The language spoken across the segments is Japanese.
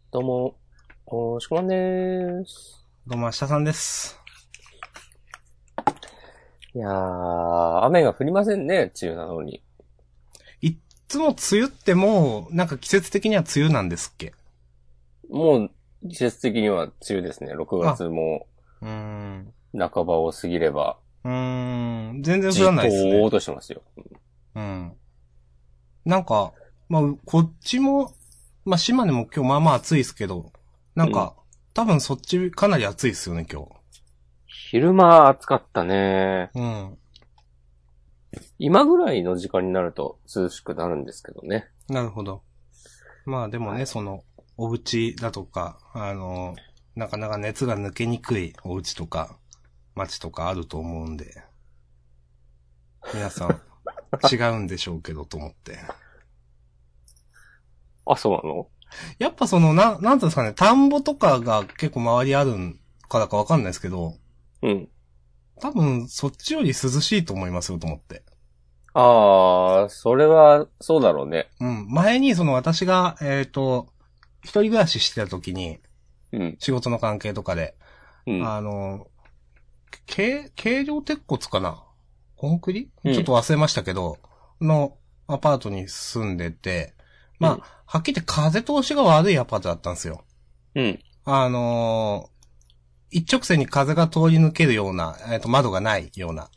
どうも、しこまんでーす。 どうも、明日さんです。 いやー、雨が降りませんね、梅雨なのに。 いっつも梅雨ってもう、なんか季節的には梅雨なんですっけ？ もう、季節的には梅雨ですね。6 あ、 月もうーん。 半ばを過ぎれば、 全然降らじとないですね。 ーとしてますよ。 うん。なんか、まあ、こっちも、まあ、島根も今日まあまあ暑いですけど、なうん。 んか、多分そっちかなり暑いですよね、今昼間暑かったね。 日。うん。 今ぐらいの時間になると涼しくなるんですけどね。 なるほど。まあでもね、 はい。 その、お家だとか、なかなか熱が抜けにくいお家とか、街とかあると思うんで、皆さん、違うんでしょうけどと思って。 あ、そうなの？ やっぱその、なんていうんですかね、田んぼとかが結構周りあるからかわかんないですけど、 うん。 多分そっちより涼しいと思いますよと思って。 それは、そうだろうね。 うん。前にその私が、一人暮らししてた時に、 うん。 仕事の関係とかで、 うん。 あの、軽量鉄骨かなコンクリうん。 ちょっと忘れましたけど、のアパートに住んでて、 うん。 まあ、はっきり言って風通しが悪いアパートだったんですよ。 うん。 あの一直線に風が通り抜けるような、窓がないような、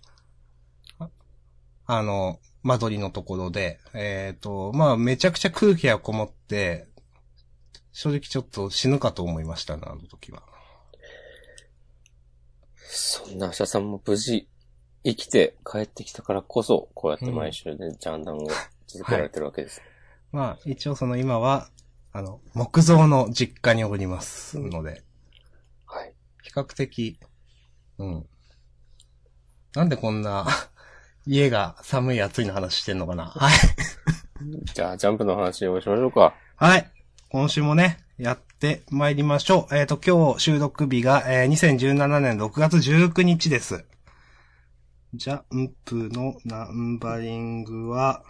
間取りのところで、まあ、めちゃくちゃ空気がこもって、正直ちょっと死ぬかと思いましたね、あの時は。 そんな明日さんも無事生きて帰ってきたからこそ、こうやって毎うん。 週ね、ジャンダンを続けはい。 られてるわけです。 まあ、一応その今は、木造の実家におりますうん。 ので、 はい。 比較的、うん。なんでこんな、家が寒い暑いの話してんのかな。はい。 じゃあ、ジャンプの話をしましょうか。 はい。今週もね、やって参りましょう。今日収録日が、2017年6月19日です。ジャンプのナンバリングは、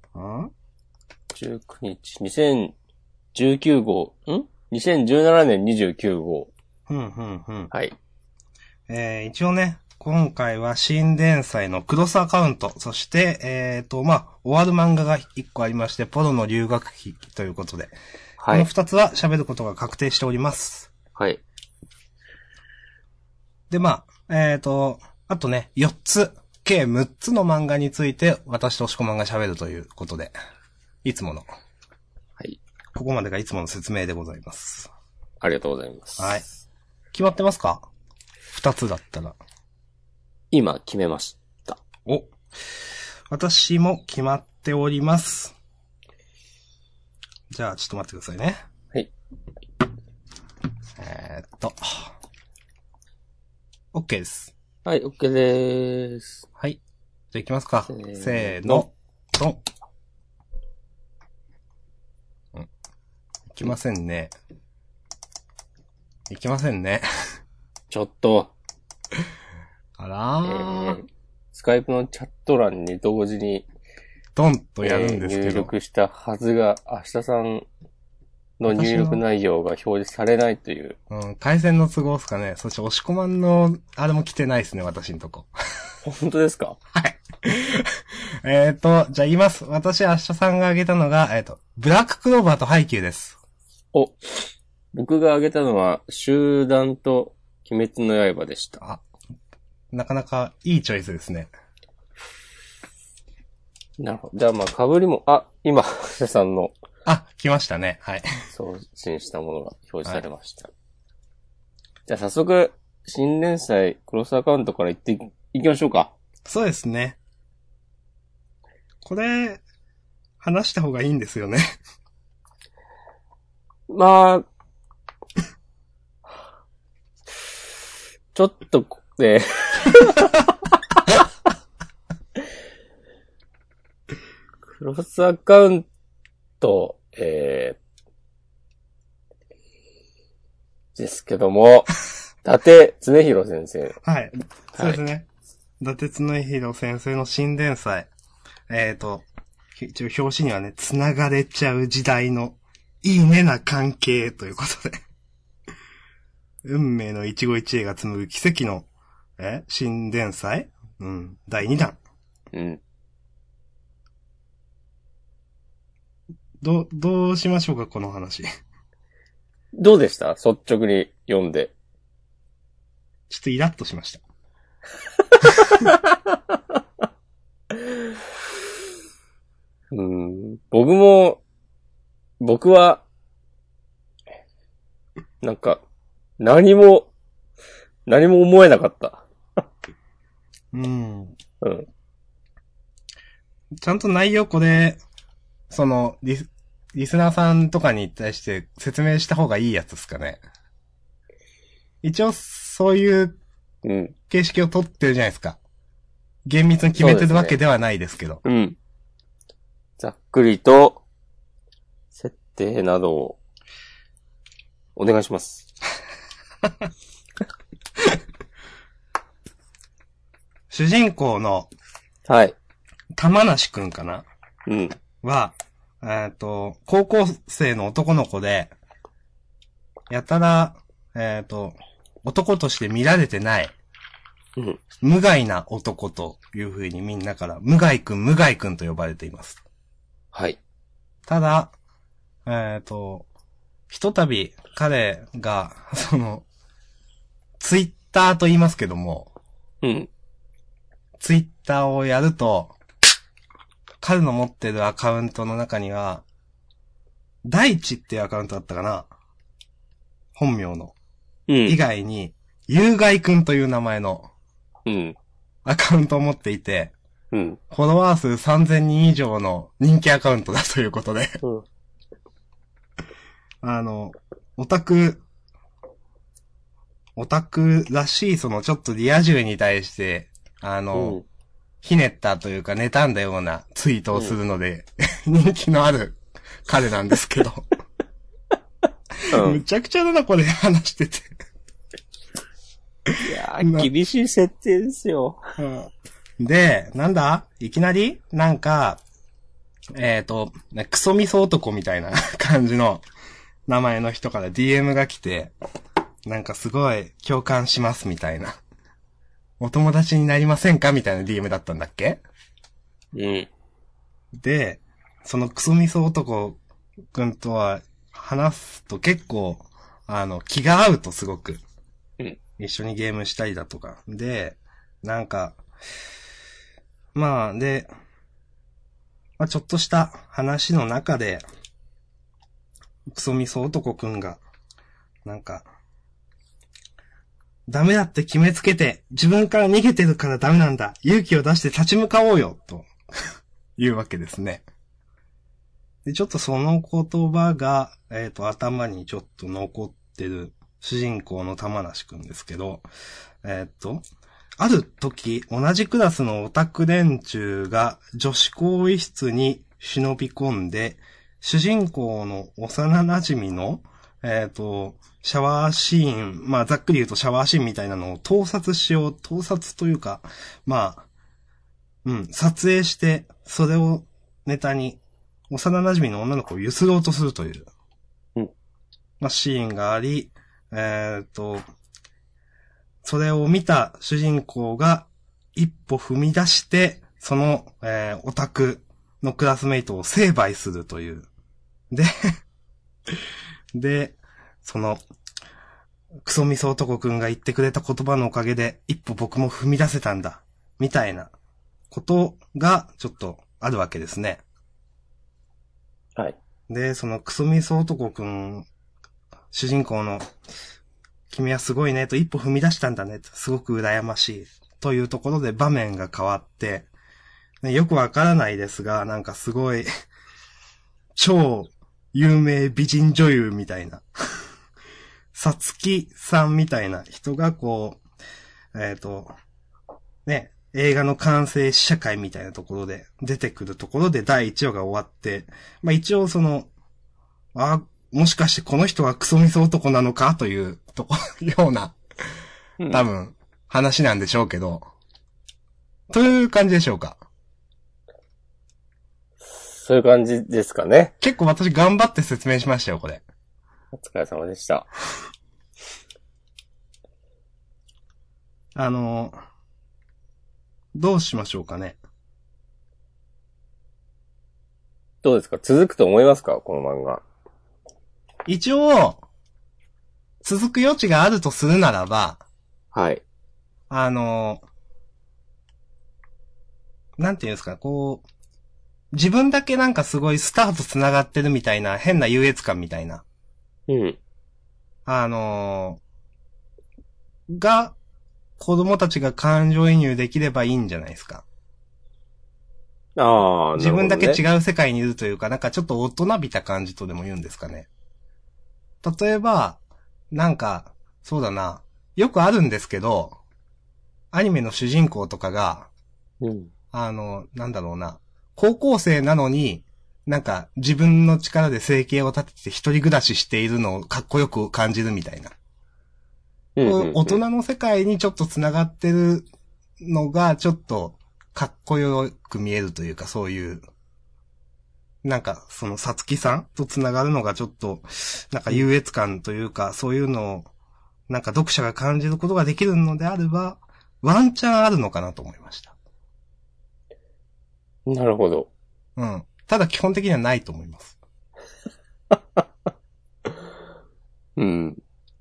19日、2019号、2017年29号。 ふんふんふん。 はい。 一応ね、今回は新連載のクロスアカウント、そして、まあ、終わる漫画が1個ありまして、ポロの留学費ということで、このはい。 2つは喋ることが確定しております。 はい。 で、まあ、あとね、4つ、計6つの漫画について、私と押し込まんが喋るということで、いつもの、 はい。 ここまでがいつもの説明でございます。 ありがとうございまはい。 す。 決まってますか？ 2 つだったら。 今、決めました。 お。私も決まっております。じゃあ、ちょっと待ってくださいね。 はい。 えーっと、OK です。 はい、OK でーす。 はい。じゃあ行きますか。 せーの。 せーの。ドン。うん。いきませんね。いきませんね。 ちょっと、 あえらー。 スカイプのチャット欄に同時に、 ドンとやるんですけ入ど。 力したはずが、明日さんの入力私の、 内容が表示されないという。 うん、回線の都合ですかね。そして押し込まんの、あれも来てないですね、私のとこ。 本当ですか？ はい。じゃあ言います。私、明日さんが挙げたのが、ブラッククローバーとハイキューです。 お、僕が挙げたのは、集団と鬼滅の刃でした。 あ、なかなかいいチョイスですね。 なるほど。じゃあまあ、被りも、今、橋田さんのあ、来ましたね。はい。 送信したものが表示されました。 はい、 じゃあ早速、新連載クロスアカウントからいきましょうか。 そうですね。これ、話した方がいいんですよね。 まあ、ちょっと、クロスアカウント、ですけども、伊達恒弘先生。 はい。そうはい。 ですね。伊達恒弘先生の新連載。一応表紙にはね、繋がれちゃう時代のいいねな関係ということで。運命の一期一会が紡ぐ奇跡の、新連載第2弾。 うん。 どうしましょうか、この話。 どうでした率直に読んで。 ちょっとイラッとしました。 僕は、なんか、何も思えなかった。 うん。 うん。 ちゃんと内容これ、リスナーさんとかに対して説明した方がいいやつですかね。一応、そういう形式を取ってるじゃないですか。厳密に決めてるわけではないですけど。 うん。ざっくりと、設定などを、お願いします。 主人公の、 はい。 玉梨くんかなうん。 は、高校生の男の子で、やたら、男として見られてない、 うん。 無害な男という風にみんなから無害くんと呼ばれています。 はい。 ただ、ひとたび彼が、ツイッターと言いますけども、 うん。 ツイッターをやると、彼の持ってるアカウントの中には、大地っていうアカウントだったかな本名の。 うん。 以外に、有害くんという名前の、 うん。 アカウントを持っていて、 うん。 フォロワー数3000人以上の人気アカウントだということで。 うん。 オタクらしいちょっとリア充に対して、ひねったというか妬んだようなツイートをするので、人気のある彼なんですけど。むちゃくちゃだな、これ話してて。 いやー、厳しい設定ですよ。 で、いきなりなんか、クソミソ男みたいな感じの名前の人から DM が来て、なんかすごい共感しますみたいな。お友達になりませんかみたいな DM だったんだっけ？ うん。 で、そのクソミソ男くんとは話すと結構、気が合うとすごく。 うん。 一緒にゲームしたりだとか。で、なんか、まあ、ちょっとした話の中で、クソミソ男くんが、なんか、ダメだって決めつけて、自分から逃げてるからダメなんだ。勇気を出して立ち向かおうよ、というわけですね。で、ちょっとその言葉が、頭にちょっと残ってる主人公の玉梨くんですけど、ある時、同じクラスのオタク連中が女子更衣室に忍び込んで、主人公の幼馴染の、シャワーシーン、まあざっくり言うとシャワーシーンみたいなのを盗撮というか、まあ、撮影して、それをネタに、幼馴染の女の子をゆすろうとするという、まあシーンがあり、それを見た主人公が一歩踏み出して、その、オタクのクラスメイトを成敗するという。で、その、クソミソ男くんが言ってくれた言葉のおかげで、一歩僕も踏み出せたんだ。みたいなことがちょっとあるわけですね。 はい。 で、そのクソミソ男くん、主人公の、君はすごいねと一歩踏み出したんだねと、すごく羨ましい。というところで場面が変わって、ね、よくわからないですが、なんかすごい、超有名美人女優みたいな、さつきさんみたいな人がこう、ね、映画の完成試写会みたいなところで出てくるところで第1話が終わって、まあ一応もしかしてこの人はクソミソ男なのかというような、多分、話なんでしょうけど、という感じでしょうか。 そういう感じですかね。 結構私頑張って説明しましたよ、これ。 お疲れ様でした。 どうしましょうかね。 どうですか？続くと思いますか？この漫画。 一応、続く余地があるとするならば、 はい。 なんていうんですか、こう、自分だけなんかすごいスターと繋がってるみたいな変な優越感みたいな。 うん。 が、子供たちが感情移入できればいいんじゃないですか。 ああ、な自分だけるほどね。 違う世界にいるというか、なんかちょっと大人びた感じとでも言うんですかね。例えば、なんか、そうだな、よくあるんですけど、アニメの主人公とかが、 うん。 なんだろうな、高校生なのに、なんか自分の力で生計を立てて一人暮らししているのをかっこよく感じるみたいな。 うん、 こうん、 う大人の世界にちょっと繋がってるのがちょっとかっこよく見えるというかそういう、なんかそのさつきさんと繋がるのがちょっと、なんか優越感というかそういうのをなんか読者が感じることができるのであれば、ワンチャンあるのかなと思いました。 なるほど。 うん。ただ基本的にはないと思います。 うん。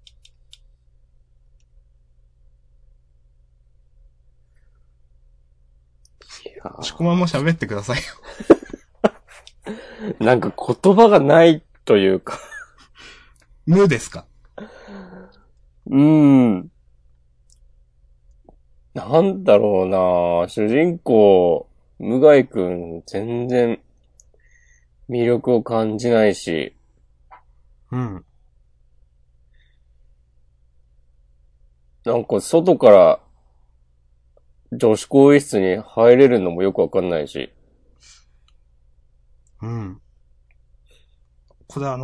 いやしこまんも喋ってくださいよ。 なんか言葉がないというか無ですか？ なんだろうな、主人公、無害くん、全然魅力を感じないし、 うん。 なんか外から女子更衣室に入れるのもよくわかんないし。 うん。これ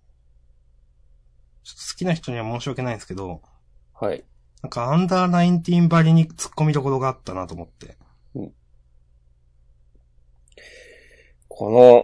ちょっと好きな人には申し訳ないんですけど、 はい。 なんかアンダーナインティーンばりに突っ込みどころがあったなと思って。 うん、この、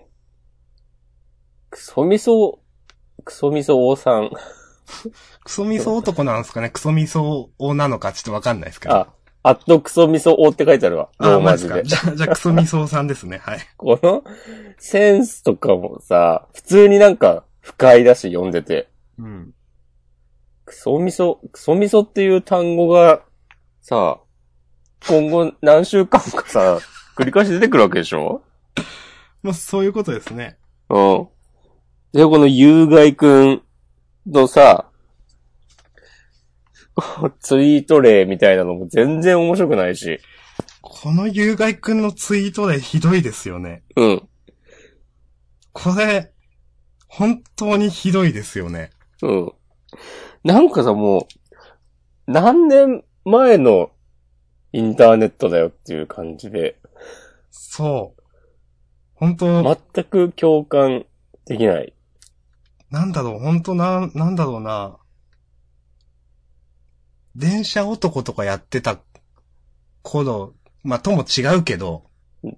クソミソ王さん。 クソミソ男なんですかね？クソミソ王なのかちょっとわかんないですけど。 クソミソ王って書いてあるわ。ローマ字で。 じゃあクソミソさんですね。はい。 このセンスとかもさ、普通になんか不快だし読んでて。 うん。 クソミソっていう単語がさ、今後何週間かさ、繰り返し出てくるわけでしょ？ まあ、そういうことですね。 うん。で、この有害くんのさ、ツイート例みたいなのも全然面白くないし。 この有害くんのツイートでひどいですよね。 うん。 これ、本当にひどいですよね。 うん。なんかさ、もう、何年前のインターネットだよっていう感じで。 そう。本当全く共感できない。 なんだろう、本当なんだろうな。電車男とかやってた頃、まあ、とも違うけど、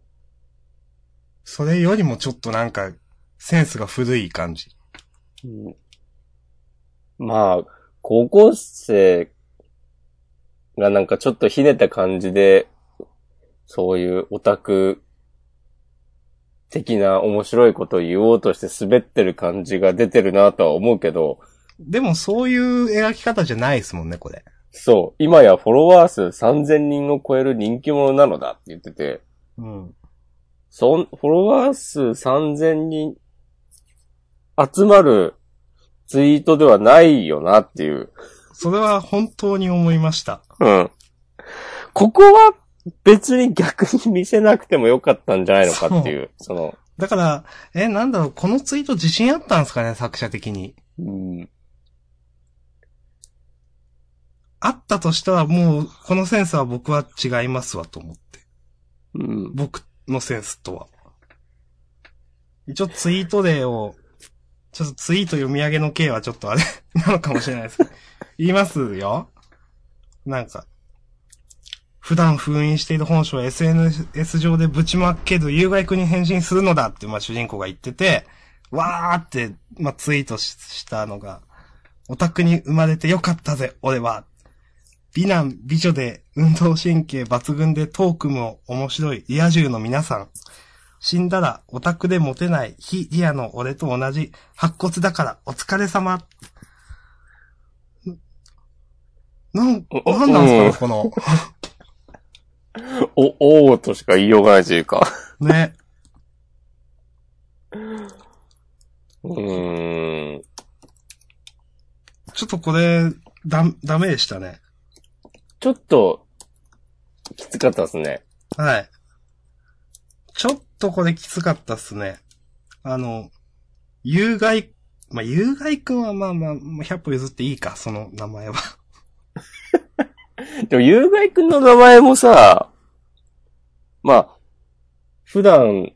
それよりもちょっとなんか、センスが古い感じ。 うん、まあ、高校生がなんかちょっとひねった感じで、そういうオタク的な面白いことを言おうとして滑ってる感じが出てるなとは思うけど、 でもそういう描き方じゃないですもんね、これ。 そう、今やフォロワー数3000人を超える人気者なのだって言ってて、 うん。 フォロワー数3000人集まるツイートではないよなっていう。 それは本当に思いました。 うん。ここは別に逆に見せなくてもよかったんじゃないのかっていう、 だから、なんだろう、このツイート自信あったんですかね、作者的に。 うん、 あったとしたらもう、このセンスは僕は違いますわと思って。 うん、 僕のセンスとは。一応ツイート例を、ちょっとツイート読み上げの件はちょっとあれなのかもしれないですけど。言いますよ。なんか、 普段封印している本性を SNS 上でぶちまけず、有害君に変身するのだって、まあ主人公が言ってて、わーって、まあツイートしたのが、オタクに生まれてよかったぜ、俺は。美男美女で運動神経抜群でトークも面白いリア充の皆さん。死んだらオタクでモテない非リアの俺と同じ白骨だからお疲れ様。なんなんですかね、この。 おーとしか言いようがないというか。 ね。ちょっとこれ、ダメでしたね。 ちょっと、きつかったですね。 はい。ちょっとこれきつかったっすね。有害くんはまあまあ、100歩譲っていいか、その名前は。 でも、有害くんの名前もさ、まあ、普段、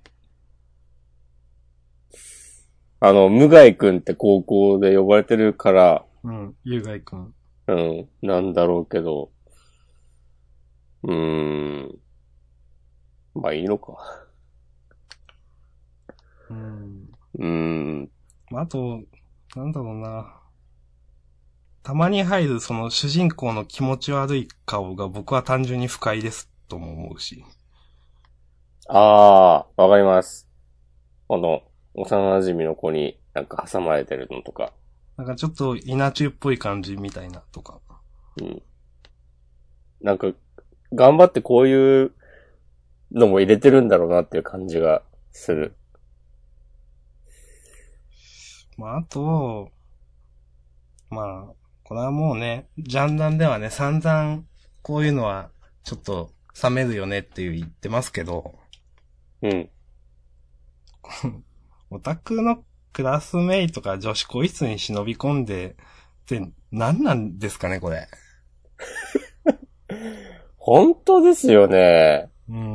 無害くんって高校で呼ばれてるから、 うん、有害くん。 なんだろうけど、まあいいのか。 あと、なんだろうな。たまに入るその主人公の気持ち悪い顔が僕は単純に不快ですとも思うし。 ああ、わかります。幼馴染の子になんか挟まれてるのとか。 なんかちょっと稲中っぽい感じみたいなとか。 なんか、頑張ってこういうのも入れてるんだろうなっていう感じがする。 あと、これはもうね、ジャンダンではね、散々、こういうのは、ちょっと、冷めるよねって言ってますけど。オタクのクラスメイトが女子更衣室に忍び込んで、って何なんですかね、これ。 本当ですよね。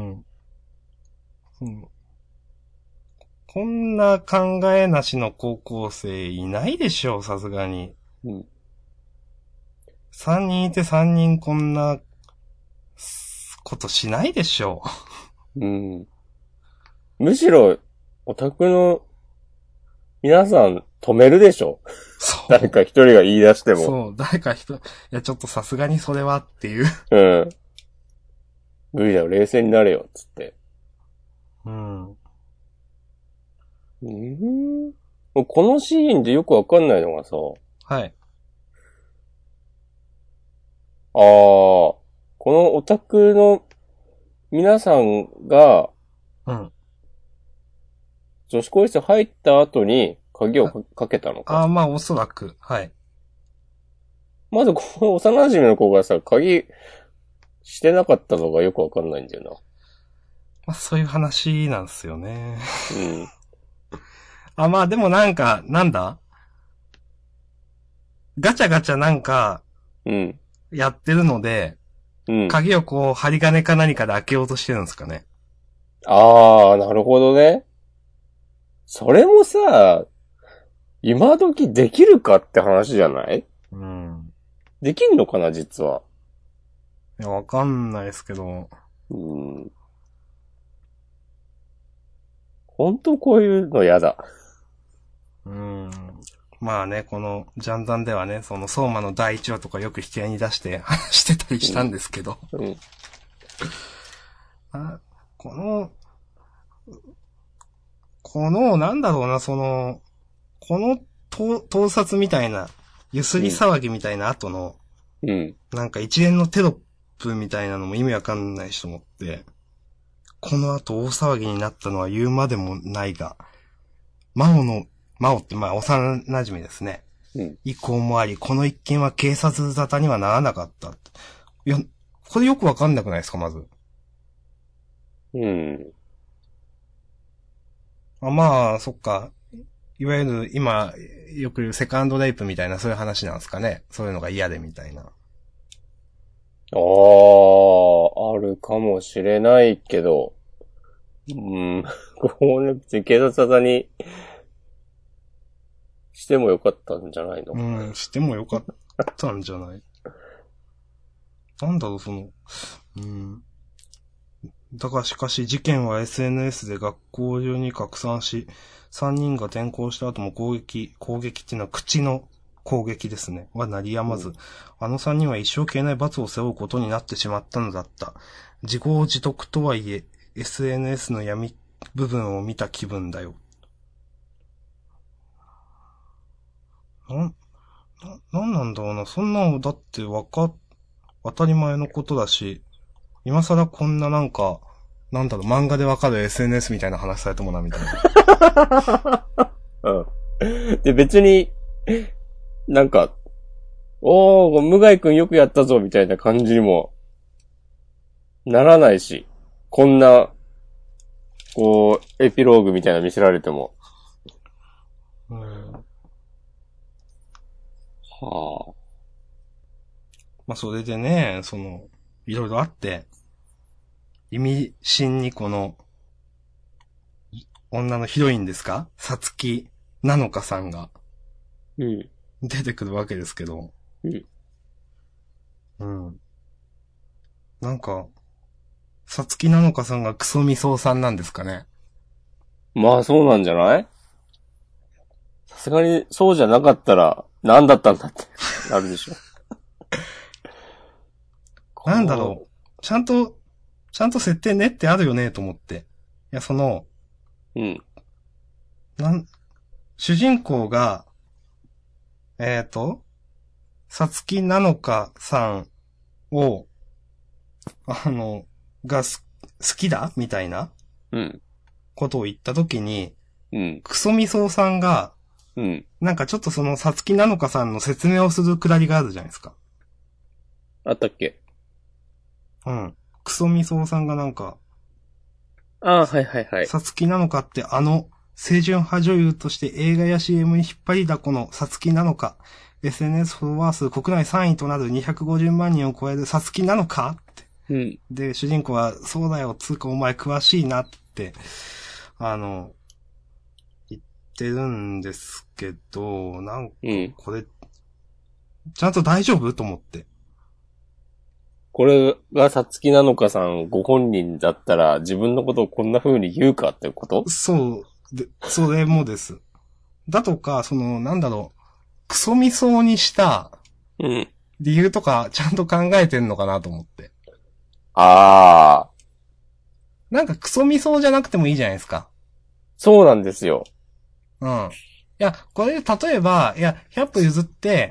こんな考えなしの高校生いないでしょう、さすがに。3人いて3人こんなことしないでしょう。むしろ、オタクの皆さん止めるでしょ。 そう。 誰か一人が言い出しても。 そう、誰かいや、ちょっとさすがにそれはっていう。 無理だよ、冷静になれよ、つって。このシーンでよくわかんないのがさ。 はい。 このオタクの皆さんが、女子更衣室入った後に鍵をかけたのか。 おそらく。はい。 まずこの幼馴染の子がさ、鍵してなかったのがよくわかんないんだよな。そういう話なんですよね。 うん。 でもなんか、なんだガチャガチャなんか、やってるので、鍵をこう、針金か何かで開けようとしてるんですかね。 ああ、なるほどね。それもさ、今時できるかって話じゃない？できんのかな、実は。 いや、わかんないですけど。 本当こういうの嫌だ。 まあね、この、ジャンダンではね、その、相馬の第一話とかよく引き合いに出して話してたりしたんですけど。なんだろうな、その、この、盗撮みたいな、ゆすり騒ぎみたいな後の、なんか一連のテロップみたいなのも意味わかんない人もって、この後大騒ぎになったのは言うまでもないが、真央って幼馴染ですね。以降もあり、この一件は警察沙汰にはならなかった。いや、これよくわかんなくないですか、まず。そっか。いわゆる今、よく言うセカンドレイプみたいなそういう話なんですかね。そういうのが嫌でみたいな。あるかもしれないけど、こうね、別に警察沙汰にしてもよかったんじゃないの？ してもよかったんじゃないなんだろう、その、 うん。だがしかし事件は SNS で学校中に拡散し、3人が転校した後も攻撃っていうのは口の攻撃ですね。は鳴り止まず、あの3人は一生消えない罰を背負うことになってしまったのだった。自業自得とはいえ、SNS の闇部分を見た気分だよ。なんなんだろうな。そんなのだって当たり前のことだし、今更こんななんか、なんだろう、漫画でわかる SNS みたいな話されてもな、みたいな。 うん。で、別に、なんか、無害くんよくやったぞ、みたいな感じにも、ならないし、こんな、エピローグみたいなの見せられても。はあ。 まあ、それでね、いろいろあって、意味深にこの、女のヒロインですか？さつきなのかさんが、 うん。 出てくるわけですけど、 うん。 うん。なんか、さつきなのかさんがクソミソウさんなんですかね。 まあそうなんじゃない？さすがにそうじゃなかったら何だったんだってなるでしょ。 なんだろう。ちゃんと設定ねってあるよねと思って。いや、 うん。 主人公が、さつきなのかさんを、好きだみたいなうん。 ことを言ったときに、 うん。 クソミソウさんが、 うん。 なんかちょっとさつきなのかさんの説明をするくだりがあるじゃないですか。 あったっけ？ うん。クソミソウさんがなんか、 ああ、はいはいはい。 さつきなのかって清純派女優として映画や CM に引っ張りだこのさつきなのか、SNS フォロワー数国内3位となる250万人を超えるさつきなのかって。 うん。 で、主人公は、そうだよ、つうかお前詳しいなって、言ってるんですけど、なんかこれ、ちゃんと大丈夫と思って。 これがさつきなのかさんご本人だったら自分のことをこんな風に言うかってこと？ そう、で、それもです。だとか、なんだろう、クソみそうにしたうん。 理由とかちゃんと考えてんのかなと思って。 ああ。 なんかクソみそうじゃなくてもいいじゃないですか。 そうなんですよ。 うん。いや、これ例えば、いや、100歩譲って、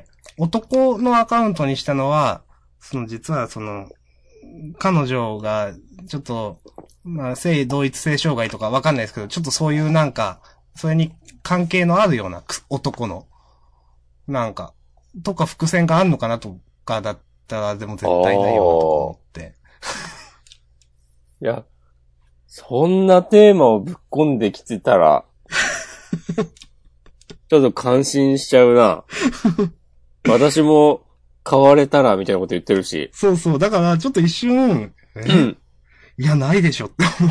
男のアカウントにしたのは、実は彼女が、ちょっと、まあ、性同一性障害とかわかんないですけど、ちょっとそういうなんか、それに関係のあるような男の、なんか、とか伏線があんのかなとかだったら、でも絶対ないよなとか思って。 いや、そんなテーマをぶっ込んできてたら、ちょっと感心しちゃうな。私も買われたらみたいなこと言ってるし。 そうそう。だから、ちょっと一瞬、いや、ないでしょって思って。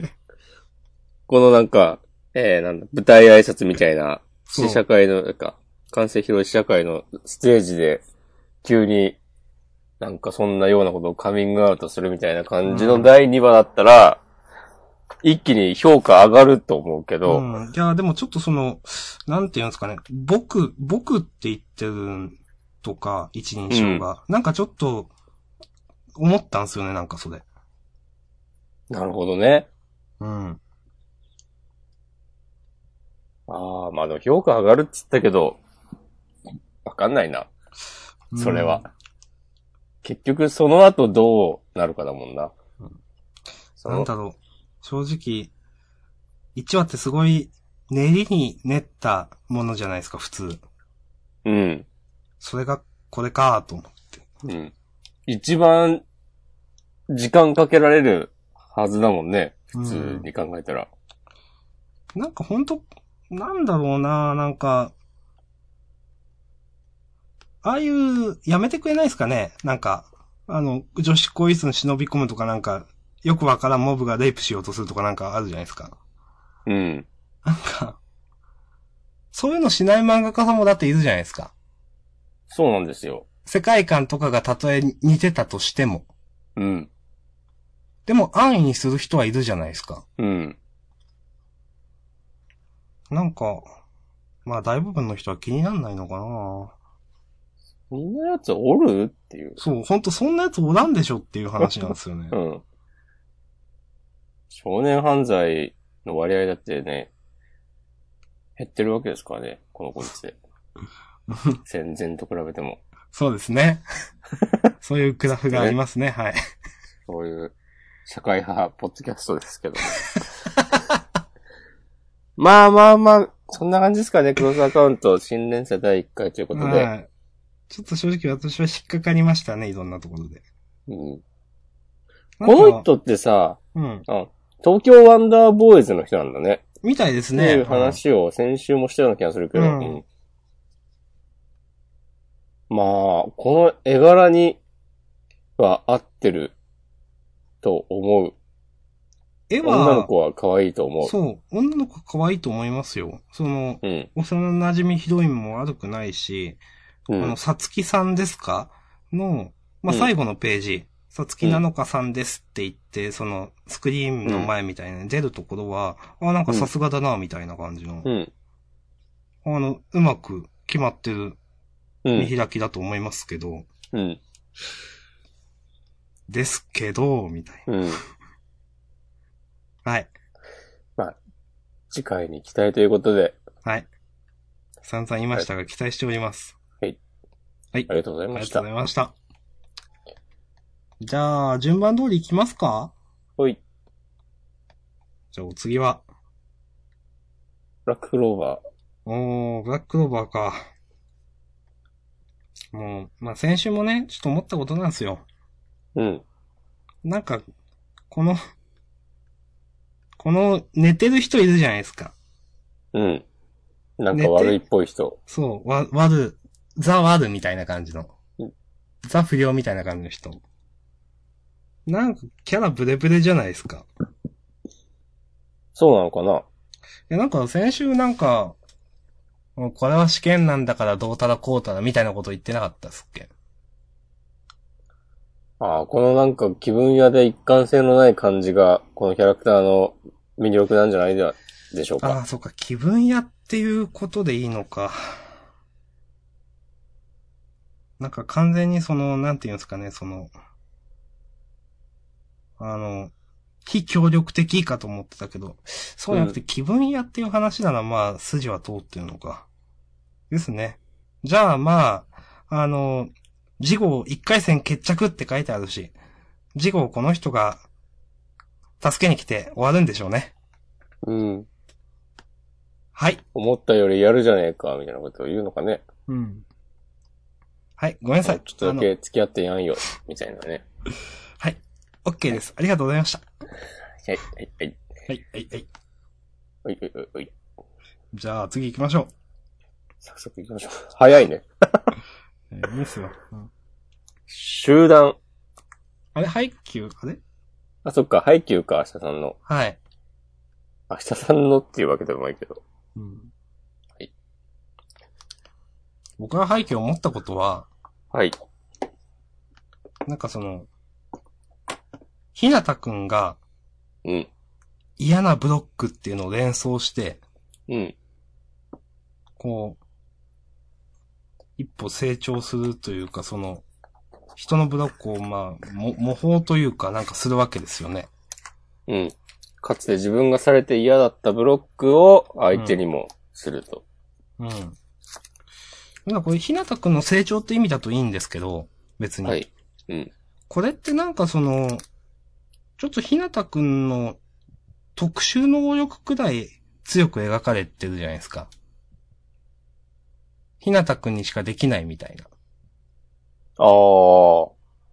このなんか、なんだ、舞台挨拶みたいな、試写会の、なんか、完成披露試写会のステージで、急に、なんかそんなようなことをカミングアウトするみたいな感じの第2話だったら、一気に評価上がると思うけど。 いや、でもちょっとなんていうんですかね、僕って言ってるとか、一人称が、なんかちょっと、思ったんですよね、なんかそれ。 なるほどね。 うん。 ああ、まあでも評価上がるって言ったけど、わかんないな。それは。結局その後どうなるかだもんな。 なんだろう。正直、1話ってすごい練りに練ったものじゃないですか、普通。 うん。 それがこれかと思って。 うん。一番時間かけられるはずだもんね。普通に考えたら。 なんかほんと、なんだろうな、なんか、ああいう、やめてくれないですかね？なんか、女子更衣室に忍び込むとかなんか、よくわからんモブがレイプしようとするとかなんかあるじゃないですか。 うん。 なんか、そういうのしない漫画家さんもだっているじゃないですか。 そうなんですよ。 世界観とかがたとえ似てたとしても。 うん。 でも安易にする人はいるじゃないですか。 うん。 なんか、まあ大部分の人は気になんないのかな。 そんなやつおるっていう。 そう、ほんとそんなやつおらんでしょっていう話なんですよね。 うん。少年犯罪の割合だってね、減ってるわけですからね、このご時世。戦前と比べても。 そうですね。そういうグラフがありますね、はい。 そういう社会派ポッドキャストですけども。まあまあまあ、そんな感じですかね、クロスアカウント新連載第1回ということで。 はい。ちょっと正直私は引っかかりましたね、いろんなところで。 うん、 なんかこの人ってさ、 うん。 東京ワンダーボーイズの人なんだね。 みたいですっていうね。 話を先週もしたような気がするけど。 うんうん、まあ、この絵柄には合ってると思う。 絵女のは、 子は可愛いと思う。 そう、女の子可愛いと思いますよ。 うん。 幼馴染ヒロインも悪くないし、 うん。 さつきさんですかの、まあ、 うん。 最後のページ、さつきなのかさんですって言って、スクリーンの前みたいに出るところは、なんかさすがだな、みたいな感じの。 うん。 うまく決まってる見うん。 開きだと思いますけど、 うん。 ですけど、みたいうん。 な。はい。 まあ、次回に期待ということで。 はい。散々言いましたが、期待しております。 はい。 はい。 ありがとうございました。 ありがとうございました。じゃあ、順番通り行きますか？ ほい。 じゃあ、お次は。 ブラッククローバブラッククローバーか。もう、まあ、先週もね、ちょっと思ったことなんですよ。 ー。うん。 なんか、この、寝てる人いるじゃないですか。 うん。なんか悪いっぽい人。 そう、ザワルみたいな感じの。ザ不良みたいな感じの人。なんか、キャラブレブレじゃないですか。 そうなのかな？ なんか、先週なんか、もうこれは試験なんだからどうたらこうたらみたいなこと言ってなかったっすっけ？ ああ、このなんか気分屋で一貫性のない感じが、このキャラクターの魅力なんじゃないでしょうか。 そっか、気分屋っていうことでいいのか。なんか完全になんていうんですかね、非協力的かと思ってたけど、そうじゃなくて気分屋っていう話ならまあ、筋は通ってるのか。ですね。じゃあまあ、次号1回戦決着って書いてあるし、次号この人が助けに来て終わるんでしょうね。 うん。 はい。 思ったよりやるじゃねえか、みたいなことを言うのかね。 うん。はい、ごめんなさい。 ちょっとだけ付き合ってやんよ、みたいなね。 はい。OK です。ありがとうございました。 はい、はい、はい。 はい、はい、はい。 はい、はい、はい。 じゃあ次行きましょう。 早速行きましょう。早いね。 いいっすよ。うん、 集団。 あれ、ハイキューあれあ、そっか、ハイキューか、明日さんの。 はい。 明日さんのっていうわけでもないけど。 うん。 はい。 僕がハイキューを思ったことは、 はい。 なんかひなたくんが、 うん。 嫌なブロックっていうのを連想して、 うん。 こう、一歩成長するというか、人のブロックをまあ、模倣というかなんかするわけですよね。 うん。かつて自分がされて嫌だったブロックを相手にもすると。 うん。なんかこれ、ひなたくんの成長って意味だといいんですけど、別に。 はい。うん。 これってなんかちょっとひなたくんの特殊能力くらい強く描かれてるじゃないですか。ひなたくんにしかできないみたいな。 ああ。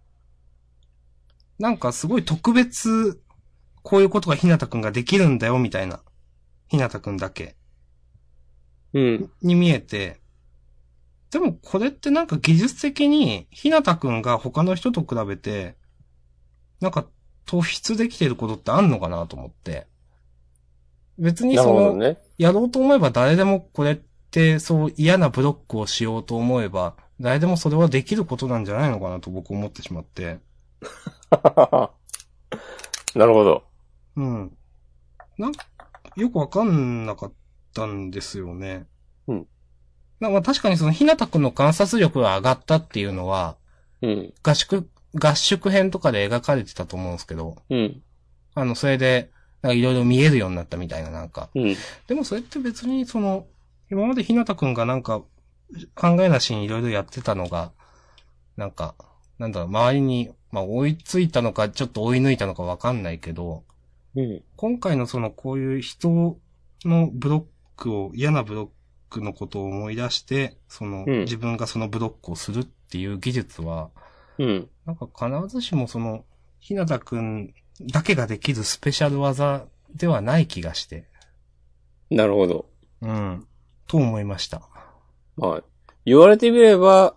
なんかすごい特別、こういうことがひなたくんができるんだよみたいな。ひなたくんだけ。 うん。 に見えて、でもこれってなんか技術的に、ひなたくんが他の人と比べて、なんか突出できてることってあんのかなと思って。別になるほどね。 やろうと思えば誰でもこれってそう嫌なブロックをしようと思えば、誰でもそれはできることなんじゃないのかなと僕思ってしまって。 なるほど。 うん。なんか、よくわかんなかったんですよね。 うん。 まあ確かにそのひなたくんの観察力が上がったっていうのは、 うん。 合宿編とかで描かれてたと思うんですけど、 うん。 それで、なんかいろいろ見えるようになったみたいななんか。 うん。 でもそれって別に今までひなたくんがなんか、考えなしにいろいろやってたのが、なんか、なんだろう、周りに、まあ追いついたのか、ちょっと追い抜いたのかわかんないけど、 うん。 今回のこういう人のブロックを、嫌なブロックのことを思い出して、 うん。 自分がそのブロックをするっていう技術は、 うん。 なんか必ずしもひなたくんだけができるスペシャル技ではない気がして。 なるほど。 うん。と思いました。 まあ、言われてみれば、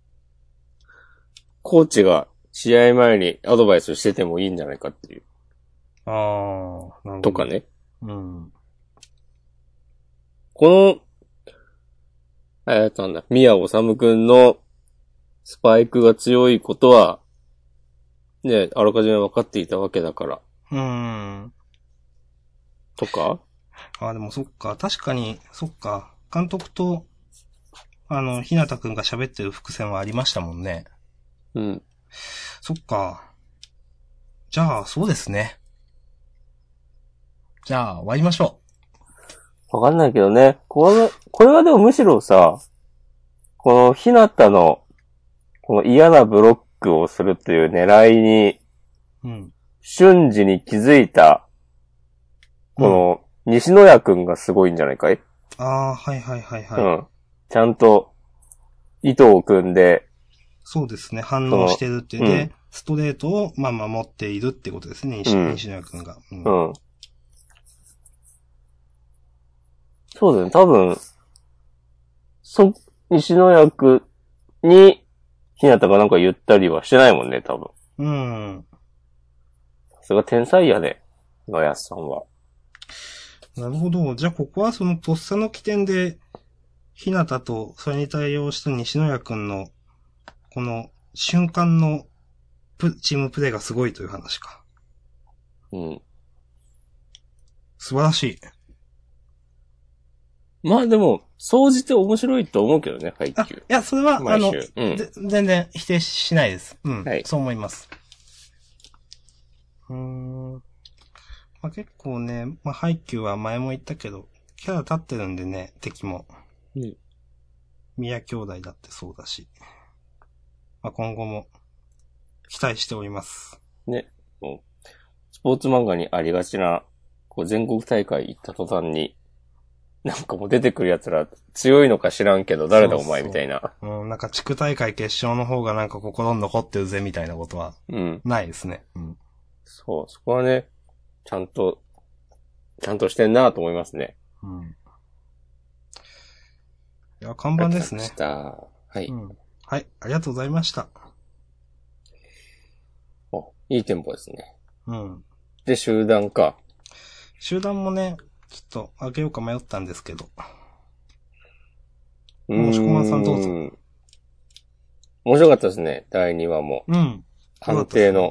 コーチが試合前にアドバイスしててもいいんじゃないかっていう。 ああ、なるほど。 とかね。 うん。 この、なんだ、宮治くんのスパイクが強いことは、ね、あらかじめ分かっていたわけだから。 うーん。 とかでもそっか。確かに、そっか。監督と、ひなたくんが喋ってる伏線はありましたもんね。 うん。 そっか。じゃあ、そうですね。じゃあ、終わりましょわかんないけどね。これはでもむしろさ、このひなたの、この嫌なブロックをするという狙いに、 う。うん。 瞬時に気づいた、この、西野谷くんがすごいんじゃないかい？ ああ、はいはいはいはい。 うん。ちゃんと、糸を組んで、 そうですね。反応してるっていう。 うん。 で、ストレートを、まあ守っているってことですね。西野くんが。うん。 うん。そうだよね。多分、西野役に、ひなたがなんか言ったりはしてないもんね、多分。 うん。 さすが天才やね、野安さんは。 なるほど。じゃあ、ここはとっさの起点で、ひなたとそれに対応した西野谷くんの、この瞬間のチームプレーがすごいという話か。 うん。 素晴らしい。 まあでも、総じて面白いと思うけどね、配い給。 や、それは、 毎週。うん。 全然否定しないです。うん。 はい。 そう思います。まあ、結構ね、まあ、配給は前も言ったけど、キャラ立ってるんでね、敵も。 うん。 宮兄弟だってそうだし。まあ、今後も期待しております。 ね。もうスポーツ漫画にありがちな、こう全国大会行った途端に、なんかもう出てくる奴ら強いのか知らんけど誰だお前みたいな。 うん、なんか地区大会決勝の方がなんか心に残ってるぜみたいなことはうん。 ないですね。うん。 そう、そこはね、ちゃんとしてんなと思いますね。 うん。いや、看あり板ですね。 がとうございました。はい。 うん。はい、ありがとうございました。 お、いいテンポですね。 うん。 で、集団か。 集団もね、ちょっとあげようか迷ったんですけど。 うーもしこまさんどうぞ。 ん。面白かったですね。第2話も。 うん。よか判ったですね。 定の。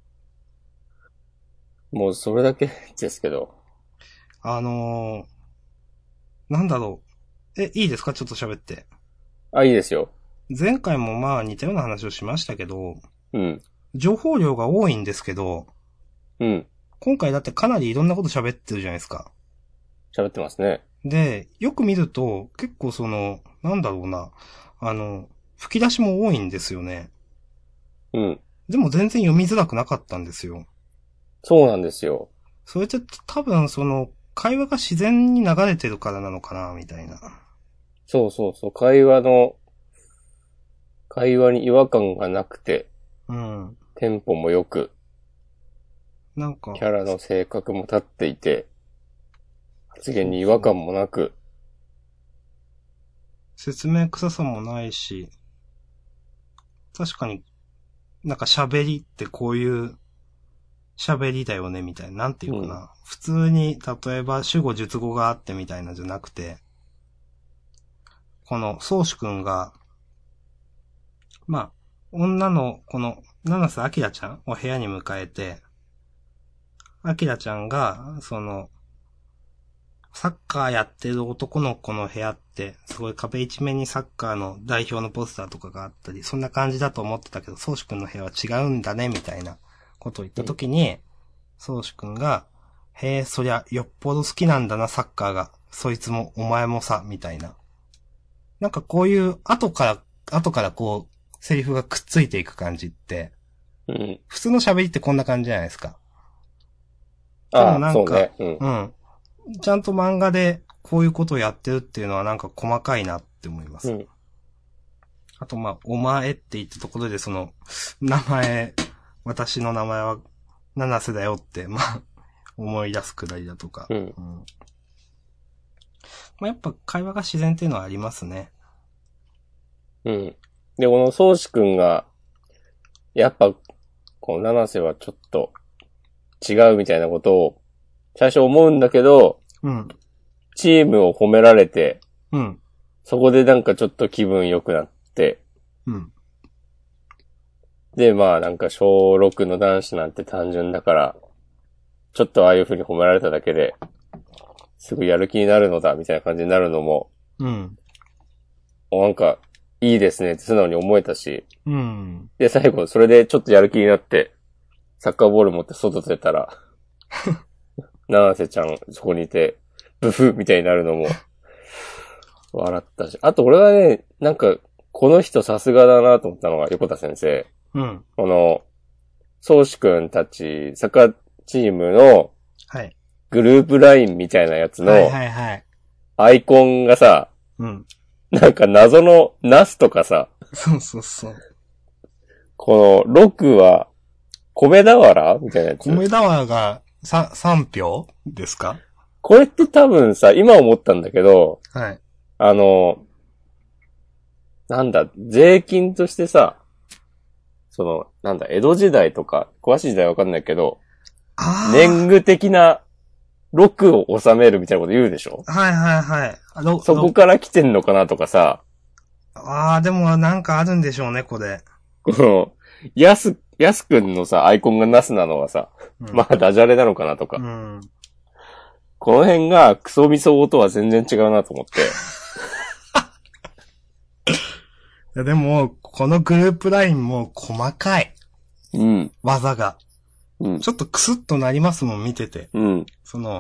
もうそれだけですけど。 あのなんだろう。いいですかちょっと喋って。 あ、いいですよ。 前回もまあ似たような話をしましたけど、 うん。 情報量が多いんですけど、 うん。 今回だってかなりいろんなこと喋ってるじゃないですか。 喋ってますね。 で、よく見ると、結構なんだろうな、吹き出しも多いんですよね。 うん。 でも全然読みづらくなかったんですよ。 そうなんですよ。 それって多分会話が自然に流れてるからなのかな、みたいな。 そうそうそう。会話に違和感がなくて、 うん。 テンポも良く、 なんか、 キャラの性格も立っていて、発言に違和感もなく、 説明臭さもないし、確かになんか喋りってこういう喋りだよねみたいな。なんていうかな。 うん普通に、例えば主語述語があってみたいなじゃなくて、この宗主くんが、まあ、女のこの、七瀬明ちゃんを部屋に迎えて、 アキラちゃんが、サッカーやってる男の子の部屋って、すごい壁一面にサッカーの代表のポスターとかがあったり、そんな感じだと思ってたけど、宗志くんの部屋は違うんだね、みたいなことを言ったときに、宗志くんが、へえ、そりゃ、よっぽど好きなんだな、サッカーが。そいつも、お前もさ、みたいな。なんかこういう、後からこう、セリフがくっついていく感じって、 うん。 普通の喋りってこんな感じじゃないですか。でもああ、 なんか、 そうね。うん。 うん。ちゃんと漫画でこういうことをやってるっていうのはなんか細かいなって思います。 うん。 あとまあ、お前って言ったところで名前、私の名前は七瀬だよって、まあ、思い出すくだりだとか。 うん。 まあやっぱ会話が自然っていうのはありますね。 うん。で、この宗志くんが、やっぱ、この七瀬はちょっと違うみたいなことを最初思うんだけど、 うん。 チームを褒められて、 うん。 そこでなんかちょっと気分良くなって、 うん。 で、まあなんか小6の男子なんて単純だから、ちょっとああいう風に褒められただけで、すぐやる気になるのだ、みたいな感じになるのも、 うん。 なんか、いいですねって素直に思えたし、 うん。 で、最後、それでちょっとやる気になって、サッカーボール持って外出たら、七瀬ちゃんそこにいて、ブフみたいになるのも、笑ったし。あと俺はね、なんか、この人さすがだなと思ったのが、横田先生。 うん。 この、宗志くんたち、サッカーチームの、 はい。 グループラインみたいなやつの、 はいはいはい。 アイコンがさ、 うん。 なんか謎のナスとかさ、 そうそうそう。 この6は、米俵みたいなやつ。 米俵が3票ですか？ これって多分さ、今思ったんだけど、 はい。 なんだ、税金としてさ、なんだ、江戸時代とか、詳しい時代わかんないけど、年貢的な6を納めるみたいなこと言うでしょ？ はいはいはい。 そこから来てんのかなとかさ、 でもなんかあるんでしょうね、これ。 この、やすくんのさ、アイコンがナスなのはさ、 うん、 まあダジャレなのかなとか。 うん。 この辺がクソミソとは全然違うなと思って。 いやでも、このグループラインも細かい。 うん。 技が。 うん。 ちょっとクスッとなりますもん、見てて。 うん。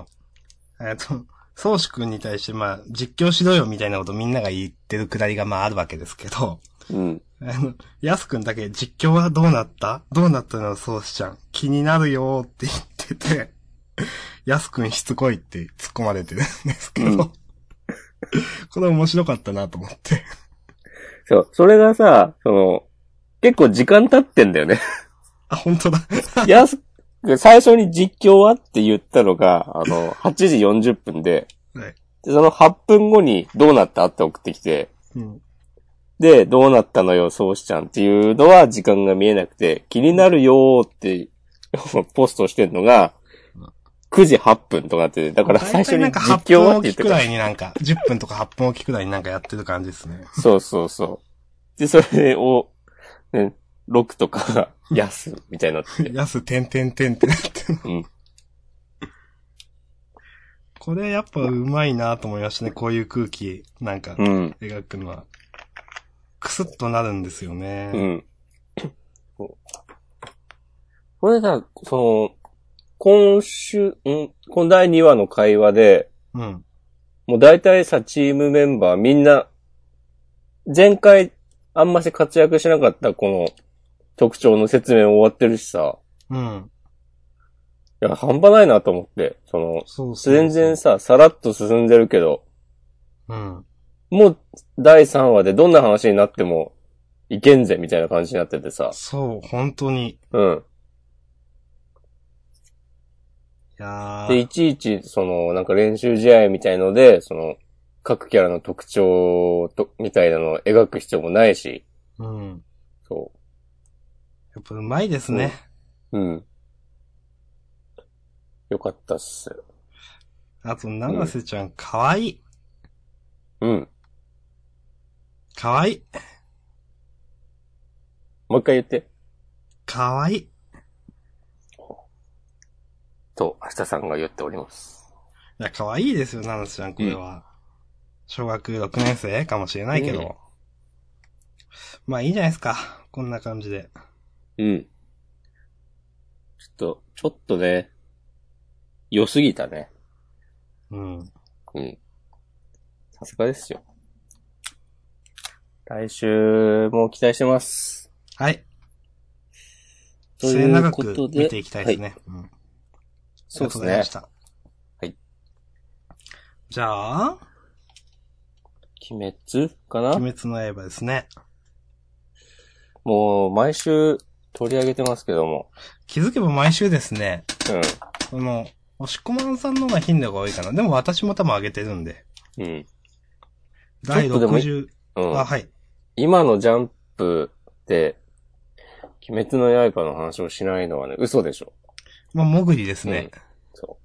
宗志くんに対してまあ、実況しろよみたいなことみんなが言ってるくだりがまああるわけですけど、 うん。 やすくんだけ実況はどうなったの宗志ちゃん。気になるよーって言ってて、やすくんしつこいって突っ込まれてるんですけど、これ面白かったなと思って。 そう、それがさ、結構時間経ってんだよね。 あ、本当だ。 最初に実況はって言ったのが、8時40分で、 はい。 で、その8分後にどうなったって送ってきて、 うん。 で、どうなったのよ、そうしちゃんっていうのは時間が見えなくて、気になるよーってポストしてんのが、9時8分とかなってて、だから最初に実況はって言ってくらいになんか、10分とか8分おきくらいになんかやってる感じですね。 そうそうそう。で、それを、ね、6とかが、やす、みたいになってて。 やす、てんてんてんってなってる。 うん。 これやっぱ上手いなと思いましたね。こういう空気、なんか、描くのは。クスッとなるんですよね。 うん。これさ、この第2話の会話で、 うん。 もう大体さ、チームメンバーみんな、前回あんまし活躍しなかったこの特徴の説明終わってるしさ、 うん。 いや、半端ないなと思って、 そう全然さ、さらっと進んでるけど、 うん。 もう第3話でどんな話になってもいけんぜみたいな感じになっててさ。 そう、本当に。 うん。 いやで、いちいち、なんか練習試合みたいので、各キャラの特徴みたいなのを描く必要もないし。 うん。 そやっぱ上手いですね。 う。うん。よかったっす。 あと、七瀬ちゃん、かわいい。 うん。 かわいい。 もう一回言って。 かわいい。 と、明日さんが言っております。 いや、可愛いですよ、ナナちゃん、これは。小学6年生かもしれないけど。まあいいじゃないですか。こんな感じで。 うん。ちょっとね、良すぎたね。 うん。 うん。さすがですよ。来週も期待してます。 はい。 という末永ことで、 く見ていきたいですね。 はい、 うん。 そうですね。 ありがとうございました。 はい。 じゃあ、 鬼滅かな？ 鬼滅の刃ですね。 もう、毎週取り上げてますけども。 気づけば毎週ですね。 うん。 押し込まんさんの方が頻度が多いかな。でも私も多分上げてるんで。 うん。 第ちょっとでも 60。 うん。 あ、はい。 今のジャンプで、鬼滅の刃の話をしないのはね、嘘でしょ。 まあ、もぐりですうん。 ね。 そ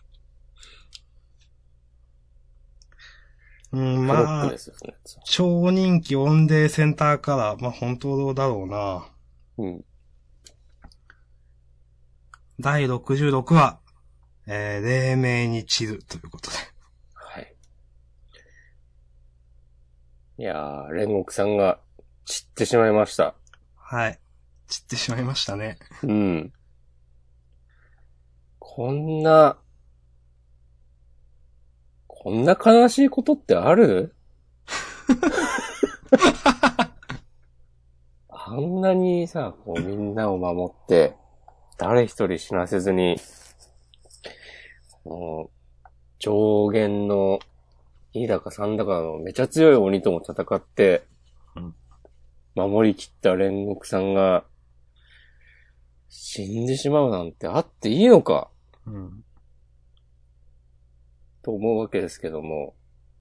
うん、 う。フロッまあ、 プですよね。 超人気オンデーセンターカラー。まあ、本当だろうな。 うん。 第66話、黎明に散るということで。 はい。いやー、煉獄さんが散ってしまいました。 はい。散ってしまいましたね。 うん。こんな悲しいことってある？あんなにさ、こうみんなを守って、誰一人死なせずに、もう上限の2だか3だかのめちゃ強い鬼とも戦って、守り切った煉獄さんが死んでしまうなんてあっていいのか、 うん。 と思うわけですけども、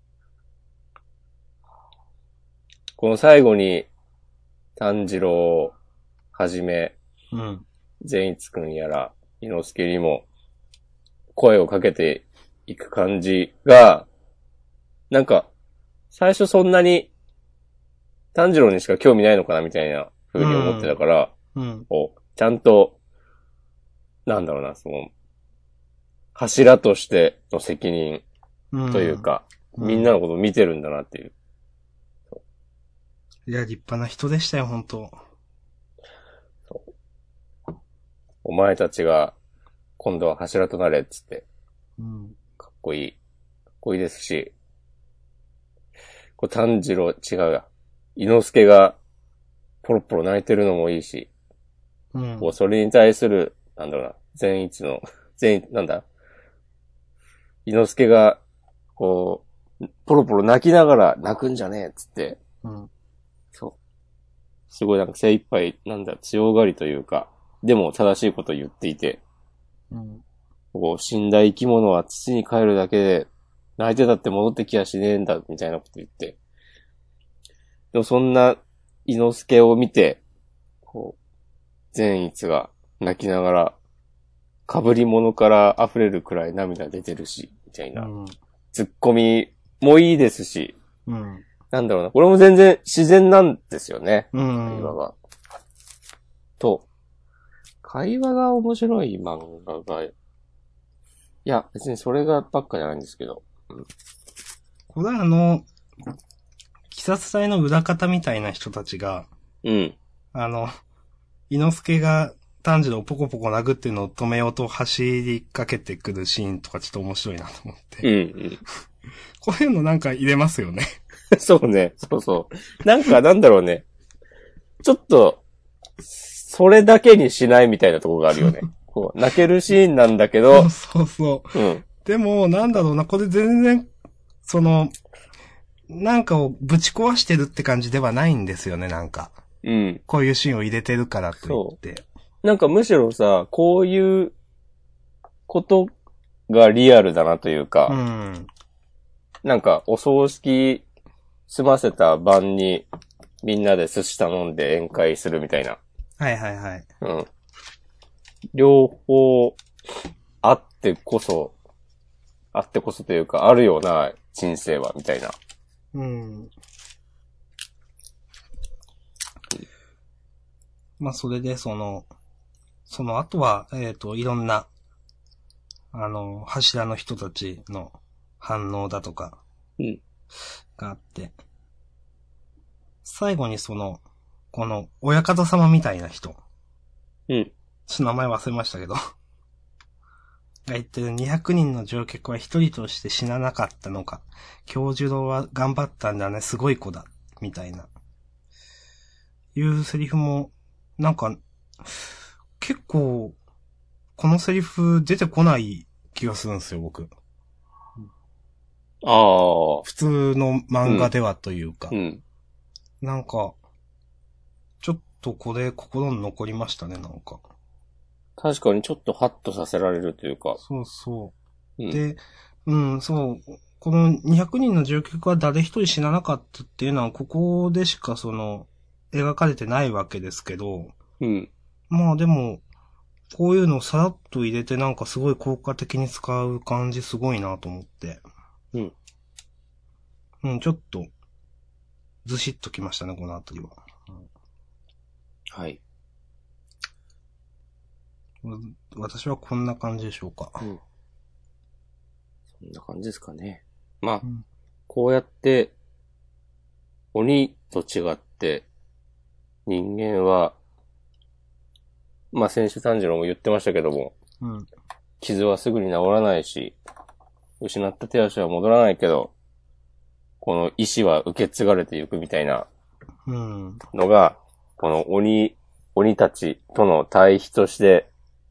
この最後に炭治郎はじめ、 うん。 善逸くんやら、伊之助にも声をかけていく感じが、なんか、最初そんなに炭治郎にしか興味ないのかなみたいな風に思ってたから、 うん。 ちゃんと、なんだろうな、その、柱としての責任というか、みんなのことを見てるんだなっていう。 いや、立派な人でしたよ、本当。 お前たちが今度は柱となれっつって、 うん。 かっこいい。かっこいいですし、これ炭治郎違うや。伊之助がポロポロ泣いてるのもいいし、 うん。 こうそれに対する、なんだろうな、なんだ伊之助が、こう、ポロポロ泣きながら泣くんじゃねえっつって、 うん。 そう。すごいなんか精一杯、強がりというか、でも正しいことを言っていて、 うん。 こう、死んだ生き物は土に帰るだけで、泣いてたって戻ってきやしねえんだ、みたいなこと言って。でもそんな、伊之助を見て、こう、善逸が泣きながら、被り物から溢れるくらい涙出てるし、みたいな。ツッコミもいいですし、 うん。 なんだろうな。これも全然自然なんですよね。 うん。 会話が。と、会話が面白い漫画が、いや、別にそれがばっかじゃないんですけど。 これは鬼殺隊の裏方みたいな人たちが、 うん。 伊之助が炭治郎をポコポコ殴ってるのを止めようと走りかけてくるシーンとかちょっと面白いなと思って。 うん、うん。 こういうのなんか入れますよね。 そうね。そうそう。なんだろうね。ちょっと、それだけにしないみたいなところがあるよね。こう、泣けるシーンなんだけど、 そうそう。 うん。 でも、なんだろうな、これ全然、なんかをぶち壊してるって感じではないんですよね、なんか。 うん。 こういうシーンを入れてるからといって。 なんかむしろさ、こういうことがリアルだなというか、 うん。 なんかお葬式済ませた晩にみんなで寿司頼んで宴会するみたいな。 はいはいはい。 うん。両方あってこそというか、あるような人生は、みたいな。 うん。まあ、それで、その後は、いろんな、 柱の人たちの反応だとかうん。 があって、最後にこの親方様みたいな人、 うん。 ちょっと名前忘れましたけど、が言ってる200人の乗客は一人として死ななかったのか、京次郎は頑張ったんだね、すごい子だ、みたいな、いうセリフも、なんか、結構、このセリフ出てこない気がするんですよ、僕。 ああ。 普通の漫画ではというか。 うん。 なんか、ちょっとこれ心に残りましたね、なんか。 確かにちょっとハッとさせられるというか。 そうそう。 うん。 で、そう。この200人の乗客は誰一人死ななかったっていうのは、ここでしか描かれてないわけですけど、 うん。 まあでも、こういうのをさらっと入れてなんかすごい効果的に使う感じすごいなと思って。 うん。 ちょっと、ずしっときましたね、このあたりは。 はい。 私はこんな感じでしょうか。 うん。そんな感じですかね。まあ、 うん。 こうやって、鬼と違って、人間は、まあ先週炭治郎も言ってましたけども、 うん。 傷はすぐに治らないし、失った手足は戻らないけど、この意志は受け継がれていくみたいなうん。 のが、この鬼たちとの対比として、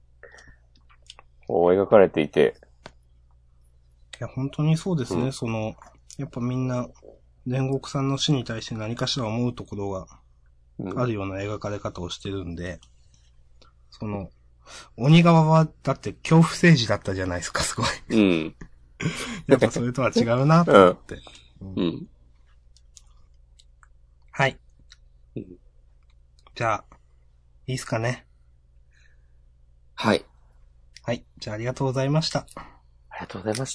こう描かれていて、 いや、本当にそうですね。 うん。 やっぱみんな、煉獄さんの死に対して何かしら思うところがうん。 あるような描かれ方をしてるんで、鬼側は、だって恐怖政治だったじゃないですか、すごい。 うん。 やっぱそれとは違うなと思って。 うん。 はい。 うん。 じゃあ、いいっすかね。 はい。 はい。じゃあありがとうございました。 ありがとうございました。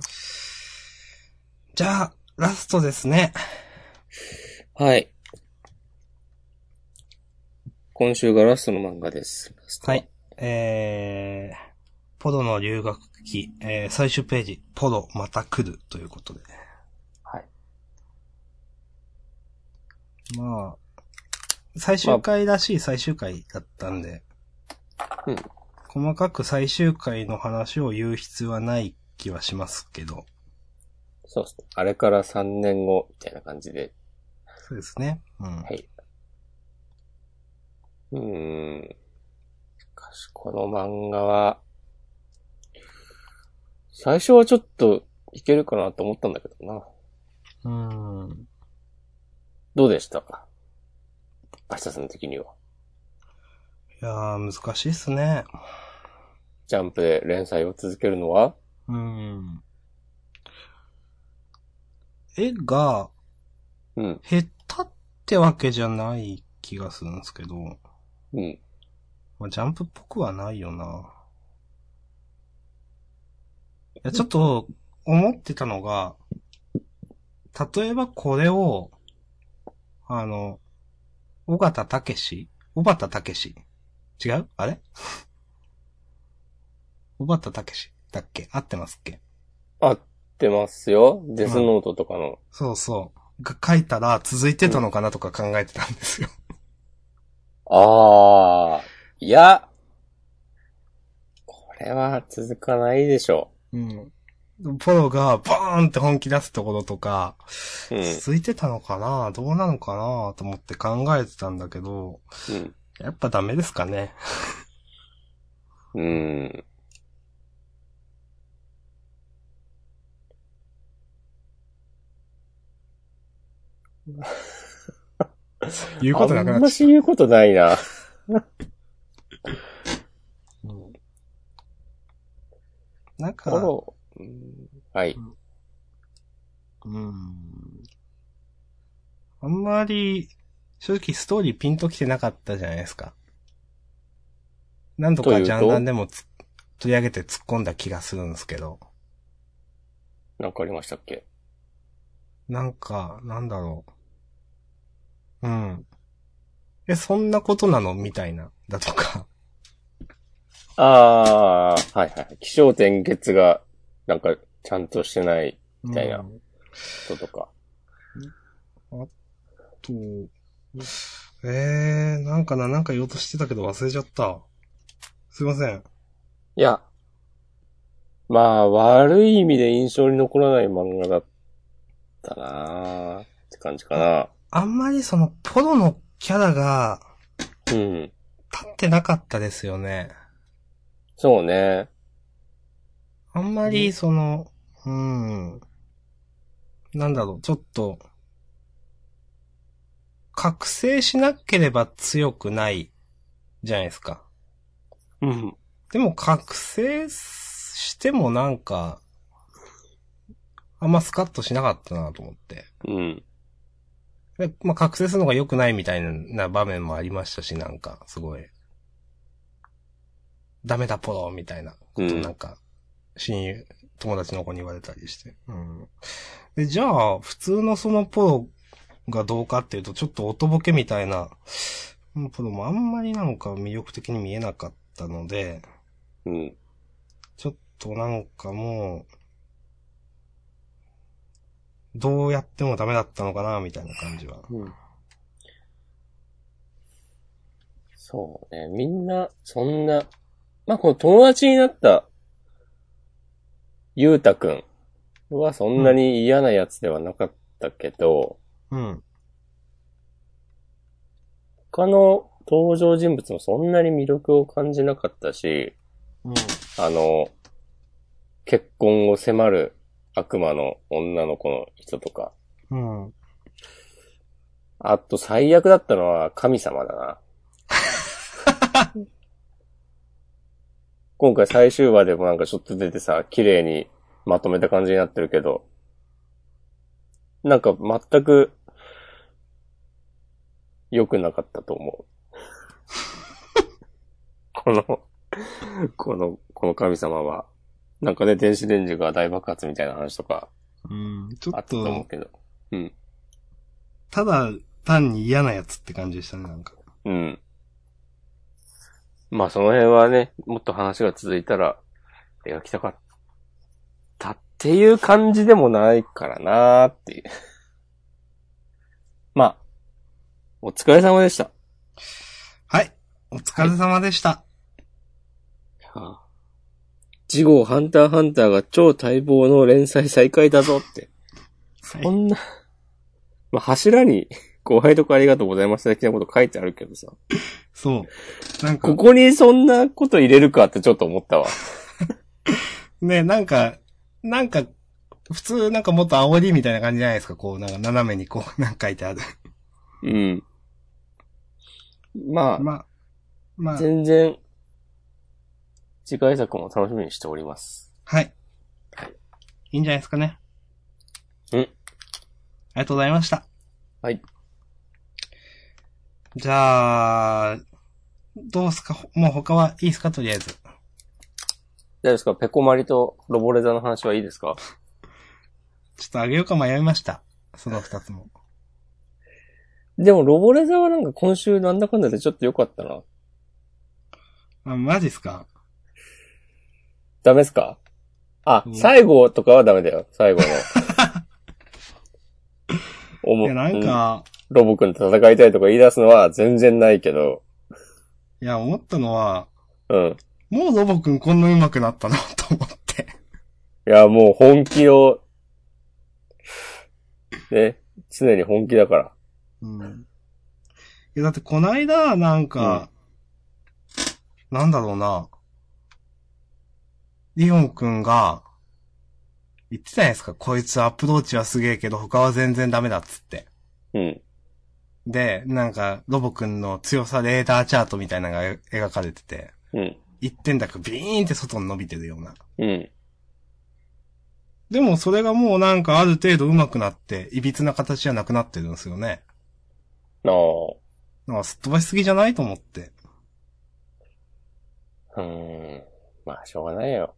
じゃあ、ラストですね。 はい。今週がラストの漫画です。ラストは。 はい。ポドの留学期、最終ページ、ポドまた来るということで。 はい。 まあ、最終回らしい最終回だったんで、 うん。 細かく最終回の話を言う必要はない気はしますけど。 そうですね。あれから3年後、みたいな感じで。 そうですね。うん。 はい。しかし、この漫画は、最初はちょっといけるかなと思ったんだけどな。どうでしたか、明日さん的には。 いやー、難しいっすね。 ジャンプで連載を続けるのは。 絵が、 うん。 下手ってわけじゃない気がするんですけど、 うん。 まあ、ジャンプっぽくはないよな。いや、ちょっと、思ってたのが、例えばこれを、あの、小畑武史違うあれ小畑武史だっけ合ってますっけ？ 合ってますよ。デスうん。 ノートとかの。 そうそう。が書いたら続いてたうん。 のかなとか考えてたんですよ。 ああ、いや、これは続かないでしょうん。ポロがバーンって本気出すところとか、 う。うん。 続いてたのかなどうなのかなと思って考えてたんだけど、 うん。 やっぱダメですかね。 うん。 言うことなくあんなっちゃった。 まし言うことないな。 うん、なんか、 フォロー。うん、はい。 うん。あんまり、正直ストーリーピンときてなかったじゃないですか。何度とかジャンダンいうと、 でも取り上げて突っ込んだ気がするんですけど。 なんかありましたっけ？ なんか、なんだろう。うん。そんなことなのみたいな。だとか。 ああ、はいはい。気象点結が、なんか、ちゃんとしてないみたいな人とか。 あと、なんか言おうとしてたけど忘れちゃった。すいません。 いや、まあ、悪い意味で印象に残らない漫画だったなーって感じかな。 あんまりその、ポロのキャラが、 うん。 立ってなかったですよね。 そうね。 あんまりその、うん。なんだろう、ちょっと、覚醒しなければ強くないじゃないですか。 うん。 でも覚醒してもなんか、あんまスカッとしなかったなと思って。 うん。 でまあ、覚醒するのが良くないみたいな場面もありましたし、なんか、すごい。ダメだポロみたいなことなんか、親友、友達の子に言われたりして。うん。で、じゃあ、普通のそのポロがどうかっていうと、ちょっとおとぼけみたいな、ポロもあんまりなんか魅力的に見えなかったので、 うん。 ちょっとなんかもう、どうやってもダメだったのかな、みたいな感じは。 うん。そうね。みんな、そんな、まあ、この友達になったゆうたくんはそんなに嫌なやつではなかったけど、 うん。 他の登場人物もそんなに魅力を感じなかったし、 うん。 あの、結婚を迫る悪魔の女の子の人とか。 うん。 あと最悪だったのは神様だな。今回最終話でもなんかちょっと出てさ、綺麗にまとめた感じになってるけど、なんか全く良くなかったと思う。この、この神様は。なんかね、電子レンジが大爆発みたいな話とかうん。ちょあったっと、 と思うけど。うん。 ただ単に嫌なやつって感じでしたね、なんか。 うん。まあその辺はね、もっと話が続いたら描きたかったっていう感じでもないからなーっていう。まあ、お疲れ様でした。 はい。お疲れ様でした。 はあ、次号ハンターハンターが超待望の連載再開だぞって。そんな、まあ柱にご拝読ありがとうございました的なこと書いてあるけどさ。 そう。なんか、 ここにそんなこと入れるかってちょっと思ったわ。 ね、なんか、普通なんかもっと煽りみたいな感じじゃないですか。こう、なんか斜めにこう、なんか書いてある。 うん。まあ、 まあ、 全然、次回作も楽しみにしております。 はい。いいんじゃないですかね。 うん。 ありがとうございました。 はい。 じゃあ、どうすかもう他はいいですかとりあえず。 大丈夫ですか？ペコマリとロボレザの話はいいですか？ ちょっとあげようか迷いました。その二つも。 でもロボレザはなんか今週なんだかんだでちょっと良かったな。 あ、マジっすか？ ダメですか？あ、 うん、 最後とかはダメだよ。最後の。 いや、なんか、 ロボくんと戦いたいとか言い出すのは全然ないけど。 いや、思ったのは、 うん。 もうロボくんこんな上手くなったな、と思って。 いや、もう本気を、ね、常に本気だから。 うん。いや、だってこないだ、なんか、なんだろうな。リオンくんが、言ってたじゃないですか。こいつアプローチはすげえけど他は全然ダメだっつって。 うん。 で、なんか、ロボくんの強さレーダーチャートみたいなのが描かれてて、 うん。 一点だけビーンって外に伸びてるような。 うん。 でもそれがもうなんかある程度上手くなって、歪な形じゃなくなってるんですよね。 ああ。 なんかすっ飛ばしすぎじゃないと思って。 まあ、しょうがないよ。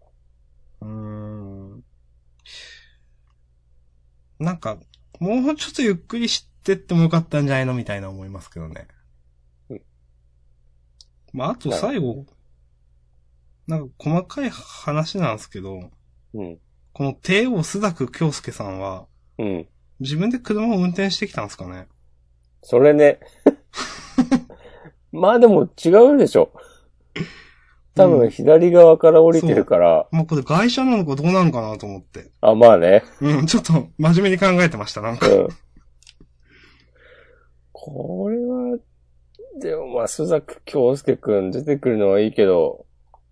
なんか、もうちょっとゆっくりしてってもよかったんじゃないのみたいな思いますけどね。 うん。 まあ、あとなるほど最後、 なんか細かい話なんですけど、 うん。 この帝王須作京介さんは、 うん。 自分で車を運転してきたんですかね？ それね。まあでも違うでしょ。多分うん。 左側から降りてるそから。 う。もうこれ外車なのかどうなのかなと思って。 あ、まあね。 うん、ちょっと真面目に考えてました、なんか。 うん。これは、でもまあ、須作京介くん出てくるのはいいけど、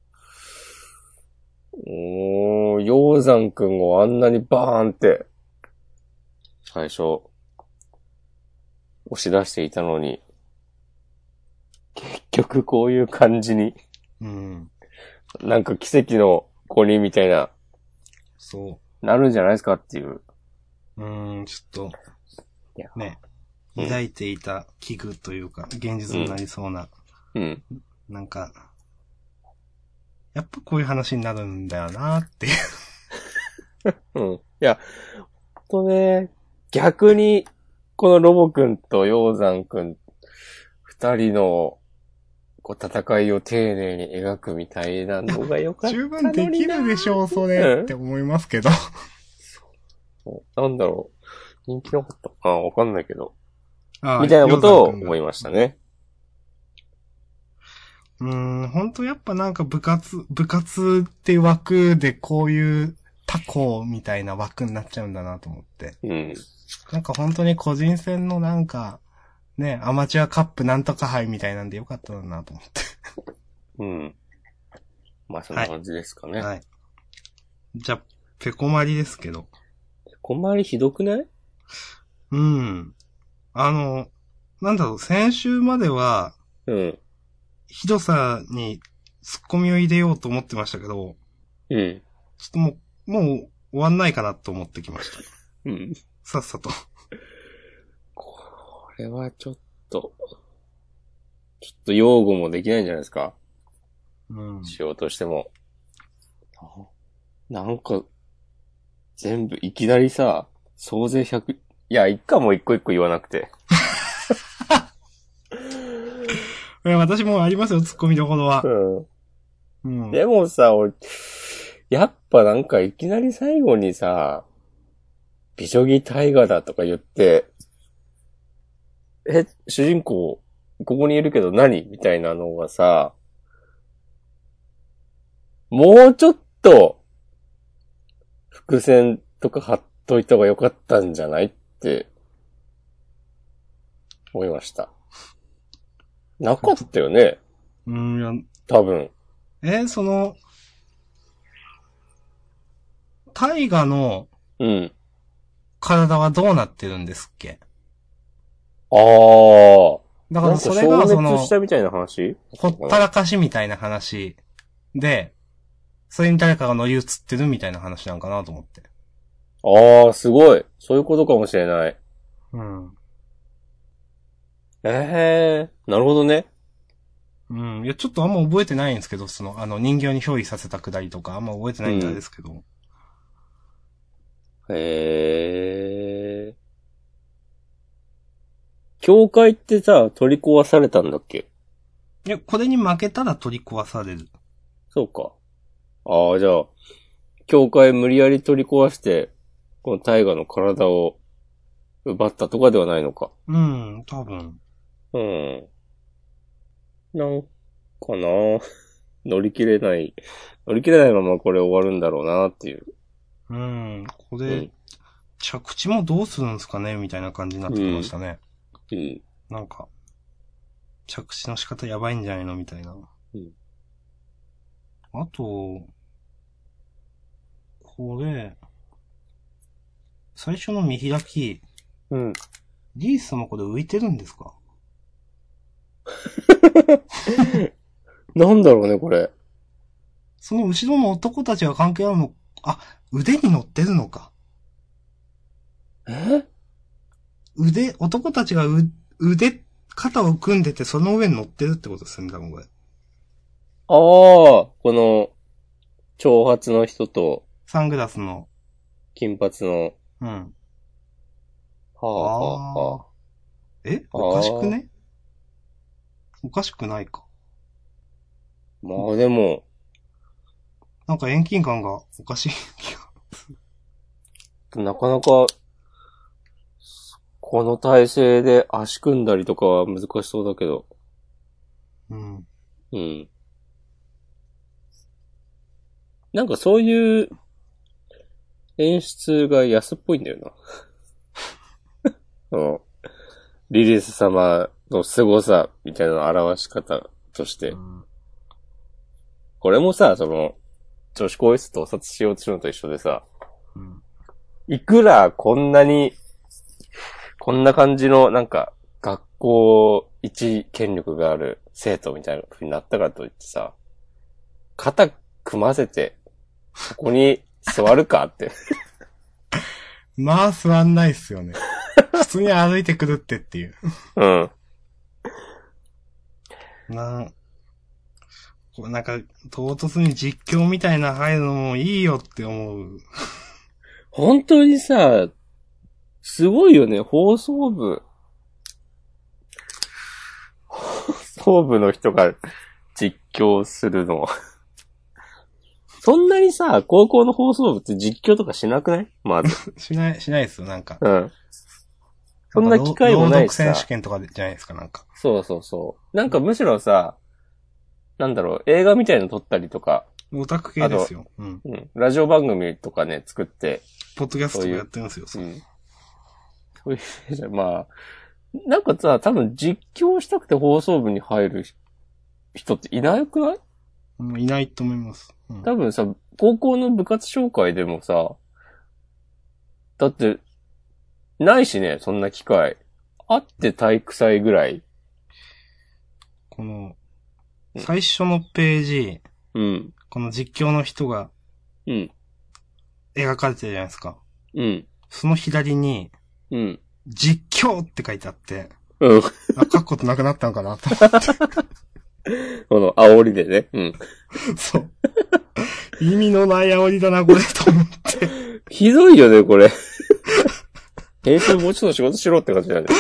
鷹山くんをあんなにバーンって、最初、押し出していたのに、結局こういう感じに、 うん。 なんか奇跡の五人みたいな、 そなるんじゃないですかっていう。 う。ちょっと、 いや、 ね、 うん。 抱いていた危惧というか、現実になりそうな、 うん。 なんか、やっぱこういう話になるんだよなっていう。 うん。いや、とね、逆に、このロボくんと鷹山くん、二人の、こう、戦いを丁寧に描くみたいないや、 のが良かっ十分できたのになるでしょう、それってー。 思いますけど。 うん。なんだろう。人気なかったかなわかんないけど。 ああ、 みたいなこ鷹山くんが。 とを思いましたね。 本当やっぱなんか部活っていう枠でこういう他校みたいな枠になっちゃうんだなと思って。 うん。 なんか本当に個人戦のなんか、ね、アマチュアカップなんとか杯みたいなんでよかったなと思って。 うん。まあ、そんはい。 な感じですかね。 はい。じゃあ、ペコマリですけど。 こんまりひどくない？ うん。あの、なんだろう、先週までは、 うん。 ひどさにツッコミを入れようと思ってましたけど、 うん。 ちょっともう終わんないかなと思ってきました。 うん。 さっさと。 これはちょっと擁護もできないんじゃないですか？ うん。 しようとしても。なんか、全部いきなりさ、総勢100、いや、いっかも一個一個言わなくて。 私もありますよ、ツッコミどころは。 うん。 うん。 でもさ、やっぱなんかいきなり最後にさ、美女木大河だとか言って、主人公、ここにいるけど何みたいなのがさ、もうちょっと、伏線とか貼っといた方が良かったんじゃないって思いました。なかったよねいや、 多分。 その、大河のうん。 体はどうなってるんですっけ？ ああ。 だからなんかそれが、 消滅したみたいな話ほったらかしみたいな話で、それに誰かが乗り移ってるみたいな話なんかなと思って。 ああ、すごい。そういうことかもしれない。 うん。 ええー、なるほどね。 うん。いや、ちょっとあんま覚えてないんですけど、人形に憑依させたくだりとか、あんま覚えてないんであれでうん。 すけど。 へえ。教会ってさ、取り壊されたんだっけ？ いや、これに負けたら取り壊される。 そうか。ああ、じゃあ、教会無理やり取り壊して、この大河の体を奪ったとかではないのか。 うん、多分。 うん。なんかな。乗り切れないままこれ終わるんだろうなっていう。 うん、これ、 うん。 着地もどうするんですかねみたいな感じになってきましうん。 たね。 うん。 なんか、着地の仕方やばいんじゃないのみたいな。 うん。 あと、これ、最初の見開き、 うん。 リースもこれ浮いてるんですか？ なんだろうね、これ。 その後ろの男たちが関係あるの、あ、腕に乗ってるのか。 え男たちが肩を組んでてその上に乗ってるってことですね、多分これ。 ああ、この、長髪の人と、 サングラスの。 金髪の、 うん。 はあ、はあ、はああ。 おかしくああ、 ね？おかしくないか。 まあでも、 なんか遠近感がおかしい気が。 なかなか、この体勢で足組んだりとかは難しそうだけど。 うん。 うん。なんかそういう演出が安っぽいんだよな。そのリリース様の凄さみたいなの表し方として。 うん、 これもさ、女子更衣室盗撮しようとするのと一緒でさ、 うん、 いくらこんな感じのなんか、学校一権力がある生徒みたいな風になったからといってさ、肩組ませて、そこに座るかって。 まあ座んないっすよね。普通に歩いてくるっていう。 うん。 なんか、唐突に実況みたいな入るのもいいよって思う。 本当にさ、すごいよね、放送部の人が実況するの。そんなにさ、高校の放送部って実況とかしなくないまず。 しないですよ、なんか。 うん。そんな機会もないしさ。 朗読選手権とかじゃないですか、なんか。 そうそうそう。なんかむしろさ、なんだろう、映画みたいの撮ったりとか。 オタク系ですよ。うん。 うん。ラジオ番組とかね、作って。 ポッドキャストとかやってるんですよ、 そういう。うん。そういう、まあ、なんかさ、多分実況したくて放送部に入る人っていなくない？ もういないと思います。 うん、多分さ、高校の部活紹介でもさ、だって、ないしね、そんな機会。あって体育祭ぐらい。 この、最初のページ、 うん。 この実況の人が、 うん。 描かれてるじゃないですか。 うん。 その左に、 うん。 実況って書いてあって、 うん。 書くことなくなったのかなと思って。 この煽りでね。うん。 そう。意味のない煽りだな、これ、と思って。 ひどいよね、これ。編集もうちょっと仕事しろって感じだよね。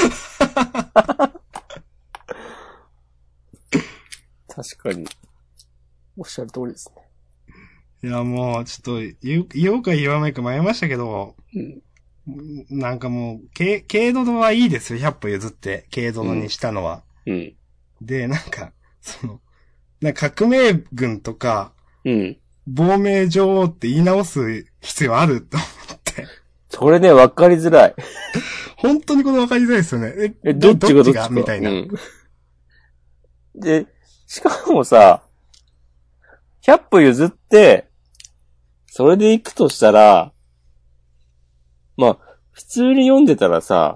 確かに。おっしゃる通りですね。いや、もう、ちょっと言おうか言わないか迷いましたけど、 うん、 なんかもう、軽度はいいですよ、100歩譲って、軽度にしたのは。 うん。 で、なんか革命軍とか、 うん。 亡命女王って言い直す必要あると思って。 それね、わかりづらい。 本当にこれわかりづらいですよね。 どっちがみたいな、うん。 で、しかもさ、100歩譲って、それで行くとしたら、まあ、普通に読んでたらさ、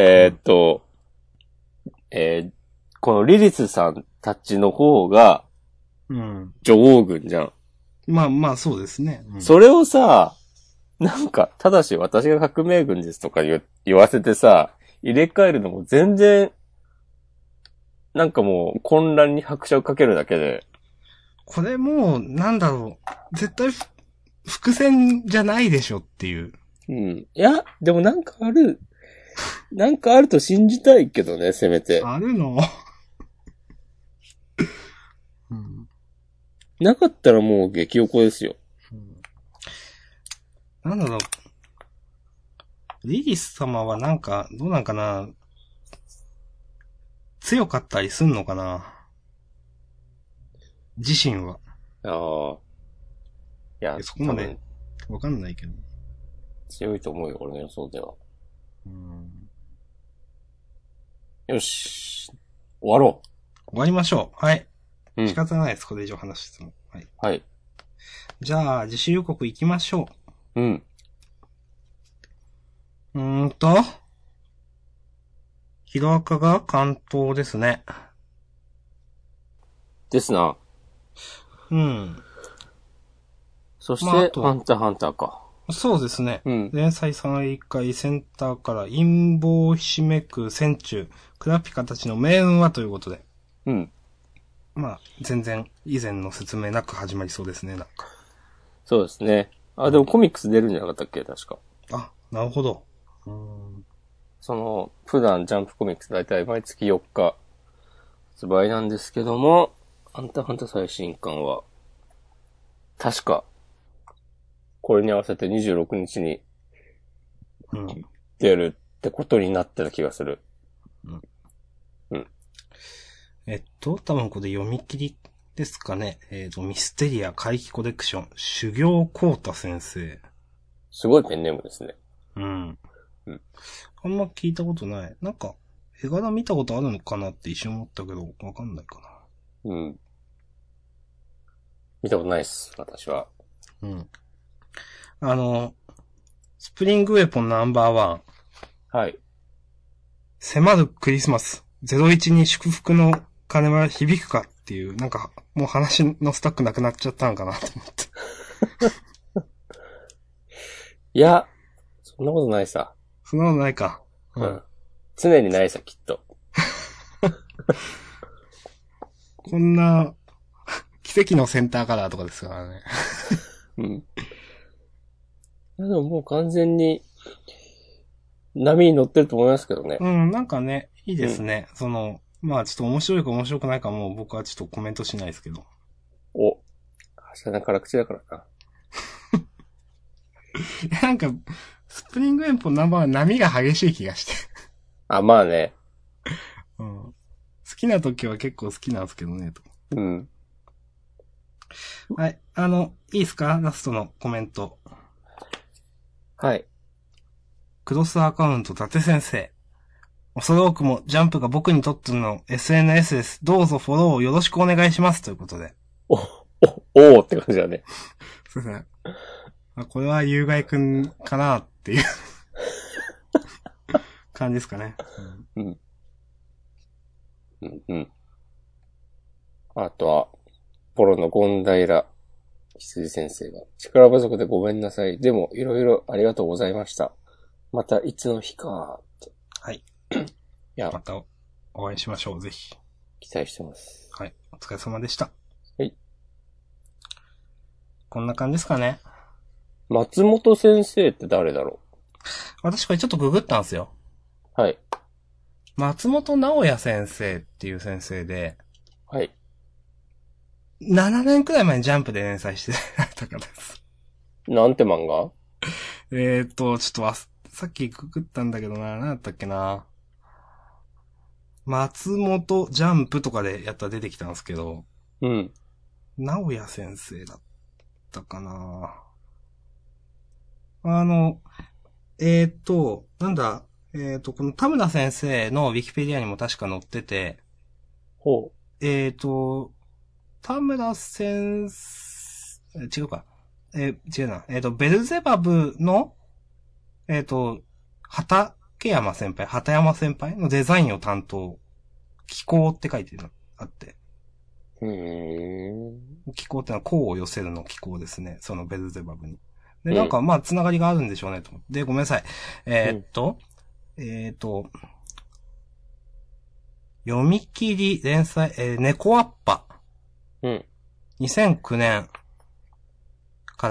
このリリスさんたちの方が、 うん。 女王軍じゃん。 まあまあ、そうですね。 うん、それをさ、なんか、ただし私が革命軍ですとか言わせてさ、入れ替えるのも全然、なんかもう混乱に拍車をかけるだけで。 これもう、なんだろう。絶対伏線じゃないでしょっていう。 うん。いや、でもなんかあると信じたいけどね、せめて。 あるのうん、 なかったらもう激おこですよ。 うん、なんだろう。リリス様はなんか、どうなんかな。強かったりすんのかな。自身は。 ああ。いや、 そこまで、わかんないけど。 強いと思うよ、俺の予想では。 うん、 よし。終わろう。終わりましょう。はい。 うん。 仕方ないです。これ以上話しても。はい。 はい。 じゃあ、自主予告行きましょう。うん。 ヒロアカが関東ですね。 ですな。 うん。 そして、ハンターハンターか。 そうですね。 うん。 連載3回センターから陰謀ひしめく戦中、クラピカたちの命運はということで。 うん。 まあ、全然以前の説明なく始まりそうですね、なんか。 そうですね。あ、でもコミックス出るんじゃなかったっけ確か。 あ、なるほど。 普段ジャンプコミックスだいたい毎月4日発売なんですけども、ハンターハンター最新刊は、確かこれに合わせて26日にうん。 出るってことになってた気がする。 多分これ読み切りですかね。ミステリア怪奇コレクション、修行コータ先生。 すごいペンネームですね。 うん。 うん。 あんま聞いたことない。なんか、絵柄見たことあるのかなって一瞬思ったけど、わかんないかうん。見たことないっす、私は。 な。うん。スプリングウェポンナンバーワン。 はい。 迫るクリスマス。01に祝福の鐘は響くかっていう、なんか、もう話のスタックなくなっちゃったんかなと思って。 いや、そんなことないさ。 そんなことないか。 うん。常にないさ、きっと。 こんな、奇跡のセンターカラーとかですからね。 うん。いやでももう完全に波に乗ってると思いますけどね。 うん、なんかね、いいですね。まあちょっと面白いか面白くないかもう僕はちょっとコメントしないですけど。 お。明日の辛口だからな。 なんか、スプリングエンポナンバーは波が激しい気がして。 あ、まあね。 うん。好きな時は結構好きなんですけどね、と。 うん。 はい。いいですかラストのコメント。 はい。 クロスアカウント伊達先生。おそらくもジャンプが僕にとっての SNS です。どうぞフォローよろしくお願いします。ということで。 おーって感じだね。 そうですね。これは有害くんかなっていう感じですかね。 うん。うん。うん。あとは、ポロの権平羊先生が、力不足でごめんなさい。でも、いろいろありがとうございました。またいつの日かって。 はい。 いや、 またお会いしましょう、ぜひ。 期待してます。 はい。お疲れ様でした。 はい。 こんな感じですかね。 松本先生って誰だろ私これちょっとググったんですよ。 う？はい。 松本直也先生っていう先生で、 はい。 7年くらい前にジャンプで連載してた方です。 なんて漫画？ ちょっとさっきググったんだけどな、何だったっけな。松本ジャンプとかでやったら出てきたんですけど、 うん。 直也先生だったかな。なんだ、この田村先生のウィキペディアにも確か載ってて、 ほ田村先生、違うか。違うな。ベルゼバブの、畑山先輩、畑山先輩のデザインを担当。気候って書いてるのあって。 う。 気候ってのは項を寄せるの気候ですね。そのベルゼバブに。で、 うん。 なんかまあ、つながりがあるんでしょうね、と思って。で、ごめんなさい。 うん。 読み切り連載、猫アッパ。 うん。 2009年から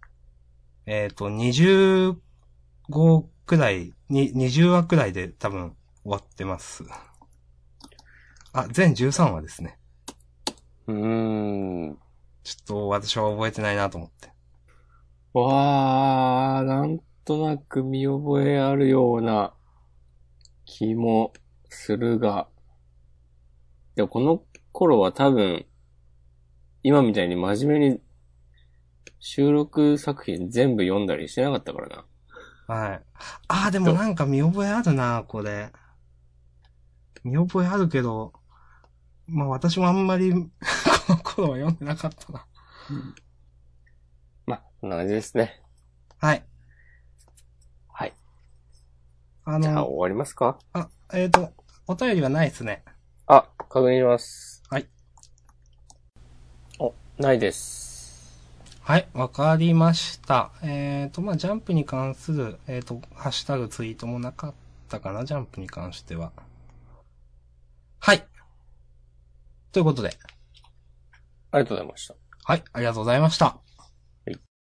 、25くらい、20話くらいで多分終わってます。あ、全13話ですね。 うーん。 ちょっと私は覚えてないなと思って。 わー、なんとなく見覚えあるような気もするが、でもこの頃は多分、今みたいに真面目に収録作品全部読んだりしてなかったからな。 はい。あー、でもなんか見覚えあるな、これ。見覚えあるけど、まあ私もあんまりこの頃は読んでなかったな。 うん。まあ、こんな感じですね。 はい。 はい。 あの、 じゃあ終わりますか？ あ、お便りはないですね。 あ、確認します。 はい。 お、ないです。 はい、わかりました。まあ、ジャンプに関する、ハッシュタグツイートもなかったかな、ジャンプに関しては。はい。ということで。 ありがとうございました。 はい、ありがとうございました。